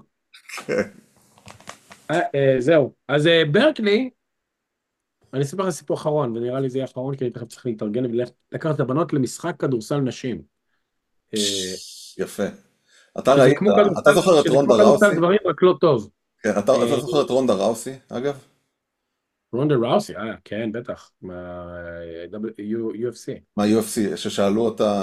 זהו. אז ברקלי, אני אספר לך סיפור אחרון, ונראה לי זה יהיה אחרון, כי אני תכף צריך להתארגן ולקחת את הבנות למשחק כדורסל נשים. יפה. אתה ראית, אתה זוכר את רונדה ראוסי? זה כמו דברים רק לא טוב. כן, אתה זוכר את רונדה ראוסי, אגב? רונדה ראוסי, כן, בטח. UFC. מה-UFC, ששאלו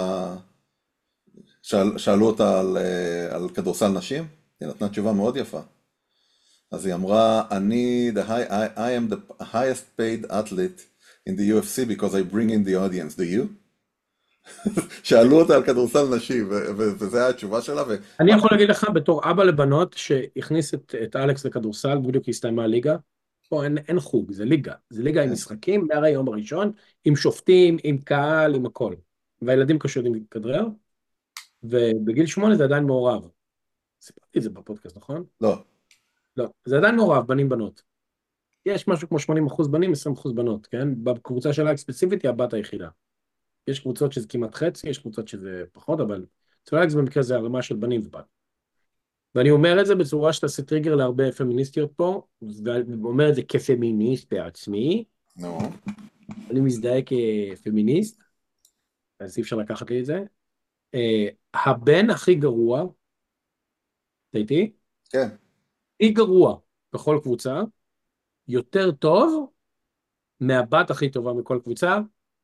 אותה על כדורסל נשים, היא נתנה תשובה מאוד יפה. אז היא אמרה, I am the highest paid athlete in the UFC because I bring in the audience, do you? שאלו אותה על כדורסל נשים, וזו היה התשובה שלה. אני יכול להגיד לך, בתור אבא לבנות, שהכניס את אלכס לכדורסל, בדיוק הסתיימה הליגה, פה אין חוג, זה ליגה. זה ליגה עם משחקים, מהיום הראשון, עם שופטים, עם קהל, עם הכל. והילדים קשה יודעים לכדרר, ובגיל 8 זה עדיין מעורב. סיפרתי את זה בפודקאסט, נכון? לא. לא, זה עדיין מעורב, בנים בנות. יש משהו כמו 80% בנים, 20% בנות, כן? בקבוצה של אלכס ספציפית היא הבת היחידה. יש קבוצות שזה כמעט חצי, יש קבוצות שזה פחות, אבל אצל אלכס במקרה זה הרמה של בנים ובת. ואני אומר את זה בצורה שתעשה טריגר להרבה פמיניסטיות פה, ואומר את זה כפמיניסט בעצמי. נו. אני מזדהה כפמיניסט, אז אי אפשר לקחת לי את זה. הבן הכי גרוע, אתה איתי? כן. הכי גרוע בכל קבוצה, יותר טוב מהבת הכי טובה מכל קבוצה,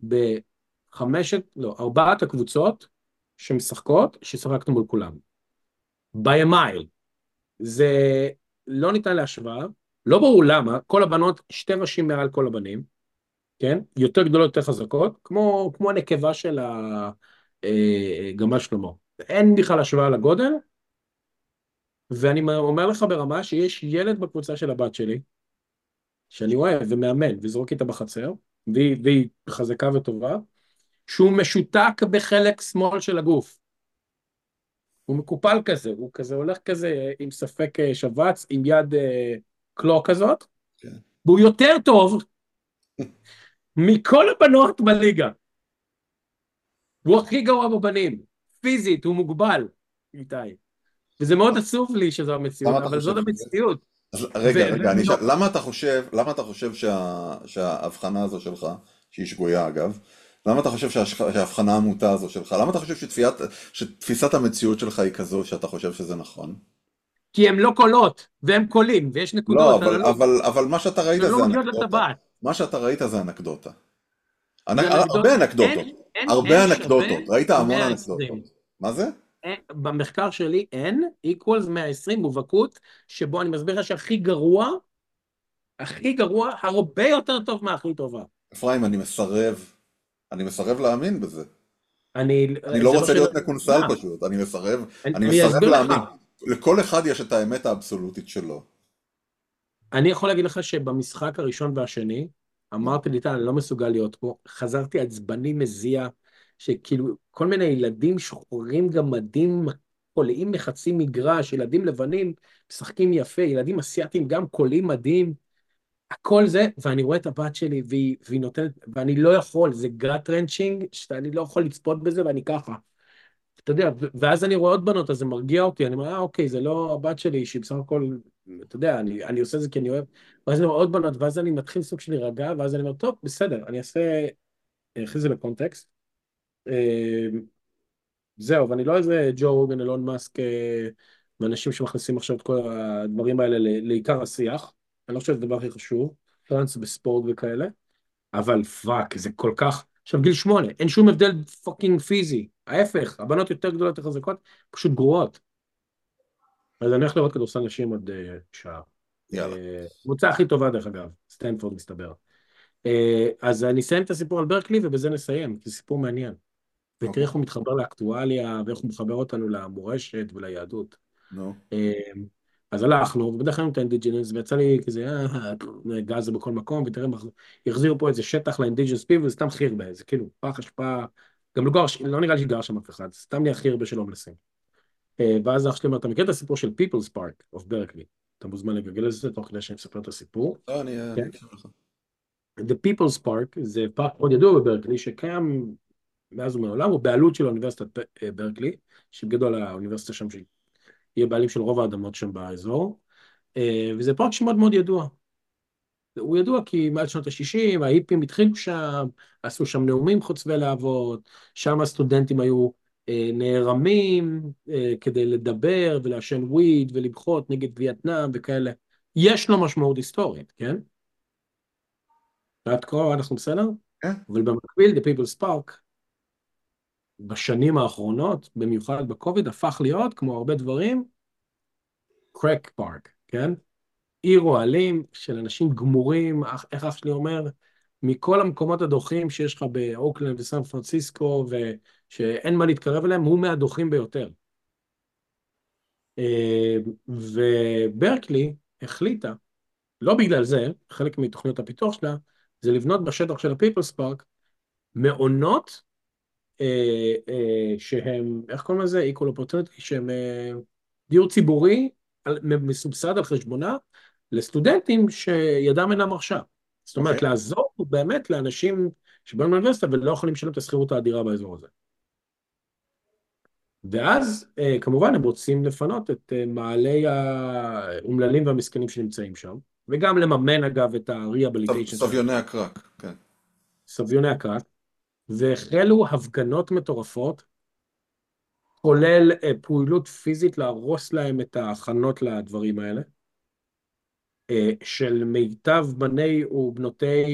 ארבעת הקבוצות שמשחקות, ששחקנו מול כולם. by a mile. זה לא ניתן להשוואה, לא ברור למה, כל הבנות 2 ראשים מעל כל הבנים, כן? יותר גדולות, יותר חזקות, כמו הנקבה גמל שלמה. אין בכלל השוואה לגודל, ואני אומר לך ברמה שיש ילד בקבוצה של הבת שלי, שאני אוהב ומאמן, וזורק איתה בחצר, והיא חזקה וטובה, שהוא משותק בחלק שמאל של הגוף. הוא מקופל כזה, הוא כזה הולך כזה עם ספק שבץ, עם יד קלו כזאת, כן. והוא יותר טוב מכל הבנות בליגה. הוא הכי גרוע בבנים. פיזית, הוא מוגבל, איתי. וזה מאוד עצוב לי שזו המציאות, למה אתה אבל חושב זאת שזה? המציאות. אז רגע, אני ולא, אשאל, למה אתה חושב שההבחנה הזו שלך, שהיא שגויה אגב, למה אתה חושב שההבחנה המוטה הזו שלך, למה אתה חושב שתפיסת המציאות שלך היא כזו שאתה חושב שזה נכון? כי הם לא קולות, והם קולים, ויש לא, נקודות על הלוח, אבל מה שאתה ראית והן לא זה מגיעות אנקדוטה. לטבעת. מה שאתה ראית זה אנקדוטה. זה הרבה אנקדוטה. אנקדוטות. N הרבה שווה אנקדוטות. ראית המון 120. אנקדוטות. מה זה? במחקר שלי N equals 120 מובהקות, שבו אני מסביר לך שהכי גרוע, הכי גרוע, הרבה יותר טוב מהכי טובה. אפרים, אני מסרב להאמין בזה. אני לא זה לא רוצה שאלה להיות מקונסל נכונה. פשוט, אני אני מסרב אסביר לך. להאמין. לכל אחד יש את האמת האבסולוטית שלו. אני יכול להגיד לך שבמשחק הראשון והשני, נו, אמרתי לי, אני לא מסוגל להיות פה, חזרתי עצבני מזיע, שכאילו כל מיני ילדים שחורים גמדים, קולעים מחצי מגרש, ילדים לבנים משחקים יפה, ילדים אסיאתים גם קולעים מדהים, הכל זה, ואני רואה את הבת שלי, והיא נותנת, ואני לא יכול, זה גאט רנצ'ינג, שאני לא יכול לצפות בזה, ואני ככה. אתה יודע, ואז אני רואה עוד בנות, אז זה מרגיע אותי, אני אומר, אוקיי, זה לא הבת שלי, שהיא בסך הכל, אתה יודע, אני עושה את זה כי אני אוהב, ואז אני רואה עוד בנות, ואז אני מתחיל סוג של להירגע, ואז אני אומר, טוב, בסדר, אני אעשה, אחרי זה לקונטקסט. אה, זהו, ואני לא איזה ג'ו רוגן, אילון מאסק, ואנשים שמכניסים עכשיו את כל הדברים האלה לעיקר השיח, אני לא חושב שזה הדבר הכי חשוב, טרנס בספורט וכאלה, אבל פאק, זה כל כך... עכשיו, גיל 8, אין שום הבדל פאקינג פיזי. ההפך, הבנות יותר גדולות, יותר חזקות, פשוט גרועות. אז אני הולך לראות כדורסל נשים עוד שעה. יאללה. קבוצה הכי טובה, דרך אגב, סטנפורד מסתבר. אז אני אסיים את הסיפור על ברקלי, ובזה נסיים, כי זה סיפור מעניין. ותראה אוקיי. איך הוא מתחבר לאקטואליה, ואיך הוא מחבר אותנו למורשת וליהדות. נו. אה, אז הלכנו, ובדרך כלל את האינדיג'נס, ויצא לי כזה, גז בכל מקום, ותראה, החזירו פה איזה שטח לאינדיג'נס פיב, וזה סתם חיר זה כאילו, פח אשפה, גם לא נראה לי שגר שם אף אחד, סתם לי הכי הרבה שלא מנסים. ואז אח שלי אומר, אתה מכיר את הסיפור של People's Park of Berkeley? אתה מוזמן לגגל את זה, תוך כדי שאני מספר את הסיפור. לא, אני כן? אקשיב לך. The People's Park זה פארק מאוד ידוע בברקלי, שקיים מאז ומעולם, הוא בעלות של אוניברסיטת ברקלי, שבגדול האוניברסיטה שם שיהיה בעלים של רוב האדמות שם באזור, וזה פארק שמאוד מאוד ידוע. הוא ידוע כי מעל שנות ה-60, ההיפים התחילו שם, עשו שם נאומים חוצבי להבות, שם הסטודנטים היו נערמים כדי לדבר ולעשן וויד ולמחות נגד וייטנאם וכאלה. יש לו משמעות היסטורית, כן? עד כה אנחנו בסדר? כן. אבל במקביל, The People's Park, בשנים האחרונות, במיוחד בקוביד, הפך להיות, כמו הרבה דברים, קרק פארק, כן? עיר אוהלים של אנשים גמורים, איך אח שלי אומר, מכל המקומות הדוחים שיש לך באוקלנד וסן פרנסיסקו, ושאין מה להתקרב אליהם, הוא מהדוחים ביותר. וברקלי החליטה, לא בגלל זה, חלק מתוכניות הפיתוח שלה, זה לבנות בשטח של הפיפלס פארק, מעונות שהם, איך קוראים לזה? equal opportunity, שהם דיור ציבורי מסובסד על חשבונה לסטודנטים שידם אינה מרשה. זאת אוקיי. אומרת, לעזור באמת לאנשים שבאים לאוניברסיטה ולא יכולים לשלם את השכירות האדירה באזור הזה. ואז, כמובן, הם רוצים לפנות את מעלי האומללים והמסכנים שנמצאים שם, וגם לממן, אגב, את ה-rehabilitation של סביוני הקרק, כן. סביוני הקרק, והחלו הפגנות מטורפות, כולל פעילות פיזית להרוס להם את ההכנות לדברים האלה, של מיטב בני ובנותי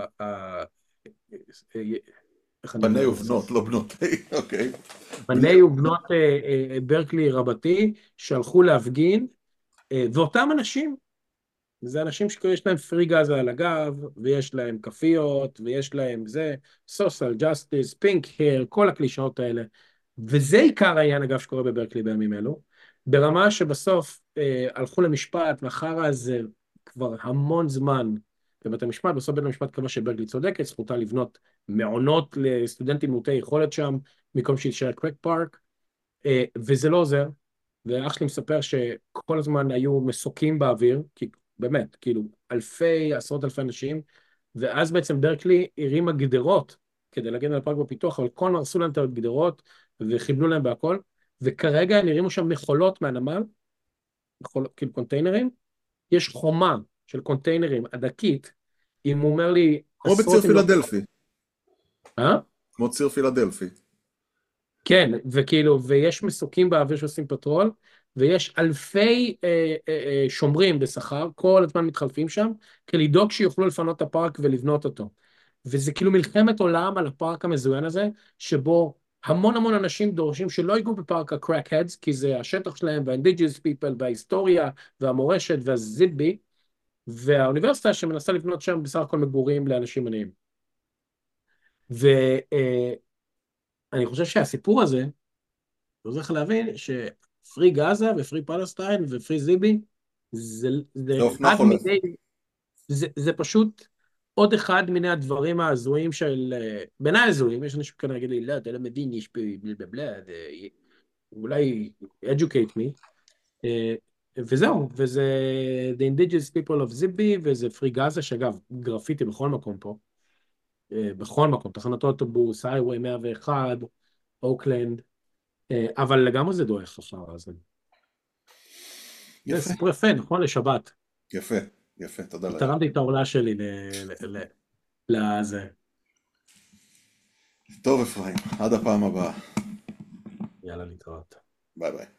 איך אני בני אגדיר את זה? ובנות, לא בנותי, אוקיי. בני בני ובנות ברקלי רבתי שהלכו להפגין, ואותם אנשים זה אנשים שיש להם פרי גזה על הגב, ויש להם כפיות, ויש להם זה, social justice, pink hair, כל הקלישאות האלה. וזה עיקר העניין, אגב, שקורה בברקלי בימים אלו, ברמה שבסוף הלכו למשפט, והחרא הזה כבר המון זמן בבית המשפט, בסוף בית המשפט קבע שברקלי צודקת, זכותה לבנות מעונות לסטודנטים מעוטי יכולת שם, במקום שיישאר קרק פארק, וזה לא עוזר. ואח שלי מספר שכל הזמן היו מסוקים באוויר, כי באמת, כאילו, אלפי, עשרות אלפי אנשים, ואז בעצם ברקלי הרימה גדרות כדי להגן על הפארק בפיתוח, אבל כל הזמן הרסו להם את הגדרות וחיבלו להם בהכל, וכרגע הם הרימו שם מכולות מהנמל, כאילו קונטיינרים, יש חומה של קונטיינרים ענקית, אם הוא אומר לי כמו בציר עשרות אם לא... פילדלפי. אה? כמו ציר פילדלפי. כן, וכאילו, ויש מסוקים באוויר שעושים פטרול, ויש אלפי שומרים בשכר, כל הזמן מתחלפים שם, כדי לדאוג שיוכלו לפנות את הפארק ולבנות אותו. וזה כאילו מלחמת עולם על הפארק המזוין הזה, שבו המון המון אנשים דורשים שלא ייגעו בפארק ה-crackheads, כי זה השטח שלהם, וה-indigenous people, וההיסטוריה, והמורשת, והזיבי, והאוניברסיטה שמנסה לבנות שם בסך הכל מגורים לאנשים עניים. ואני חושב שהסיפור הזה, אתה צריך להבין שפרי גזה ופרי פלסטיין ופרי זיבי זה זה אופנה אחד חולפת. מיני, זה פשוט עוד אחד מיני הדברים ההזויים של, בעיניי הזויים, יש אנשים כאן להגיד לי, לא, אתה לא מבין, יש פה בלה בלה בלה, אולי educate me, וזהו, וזה The Indigenous People of זיבי, וזה פרי גזה, שאגב, גרפיטי בכל מקום פה, בכל מקום, תחנת אוטובוס, היווי 101, אוקלנד, אבל לגמרי זה דועך אחר הזה. זה יפה, סיפור יפה, נכון? לשבת. יפה, יפה, תודה לאל. תרמתי את העולה שלי לזה. טוב אפרים, עד הפעם הבאה. יאללה, להתראות. ביי ביי.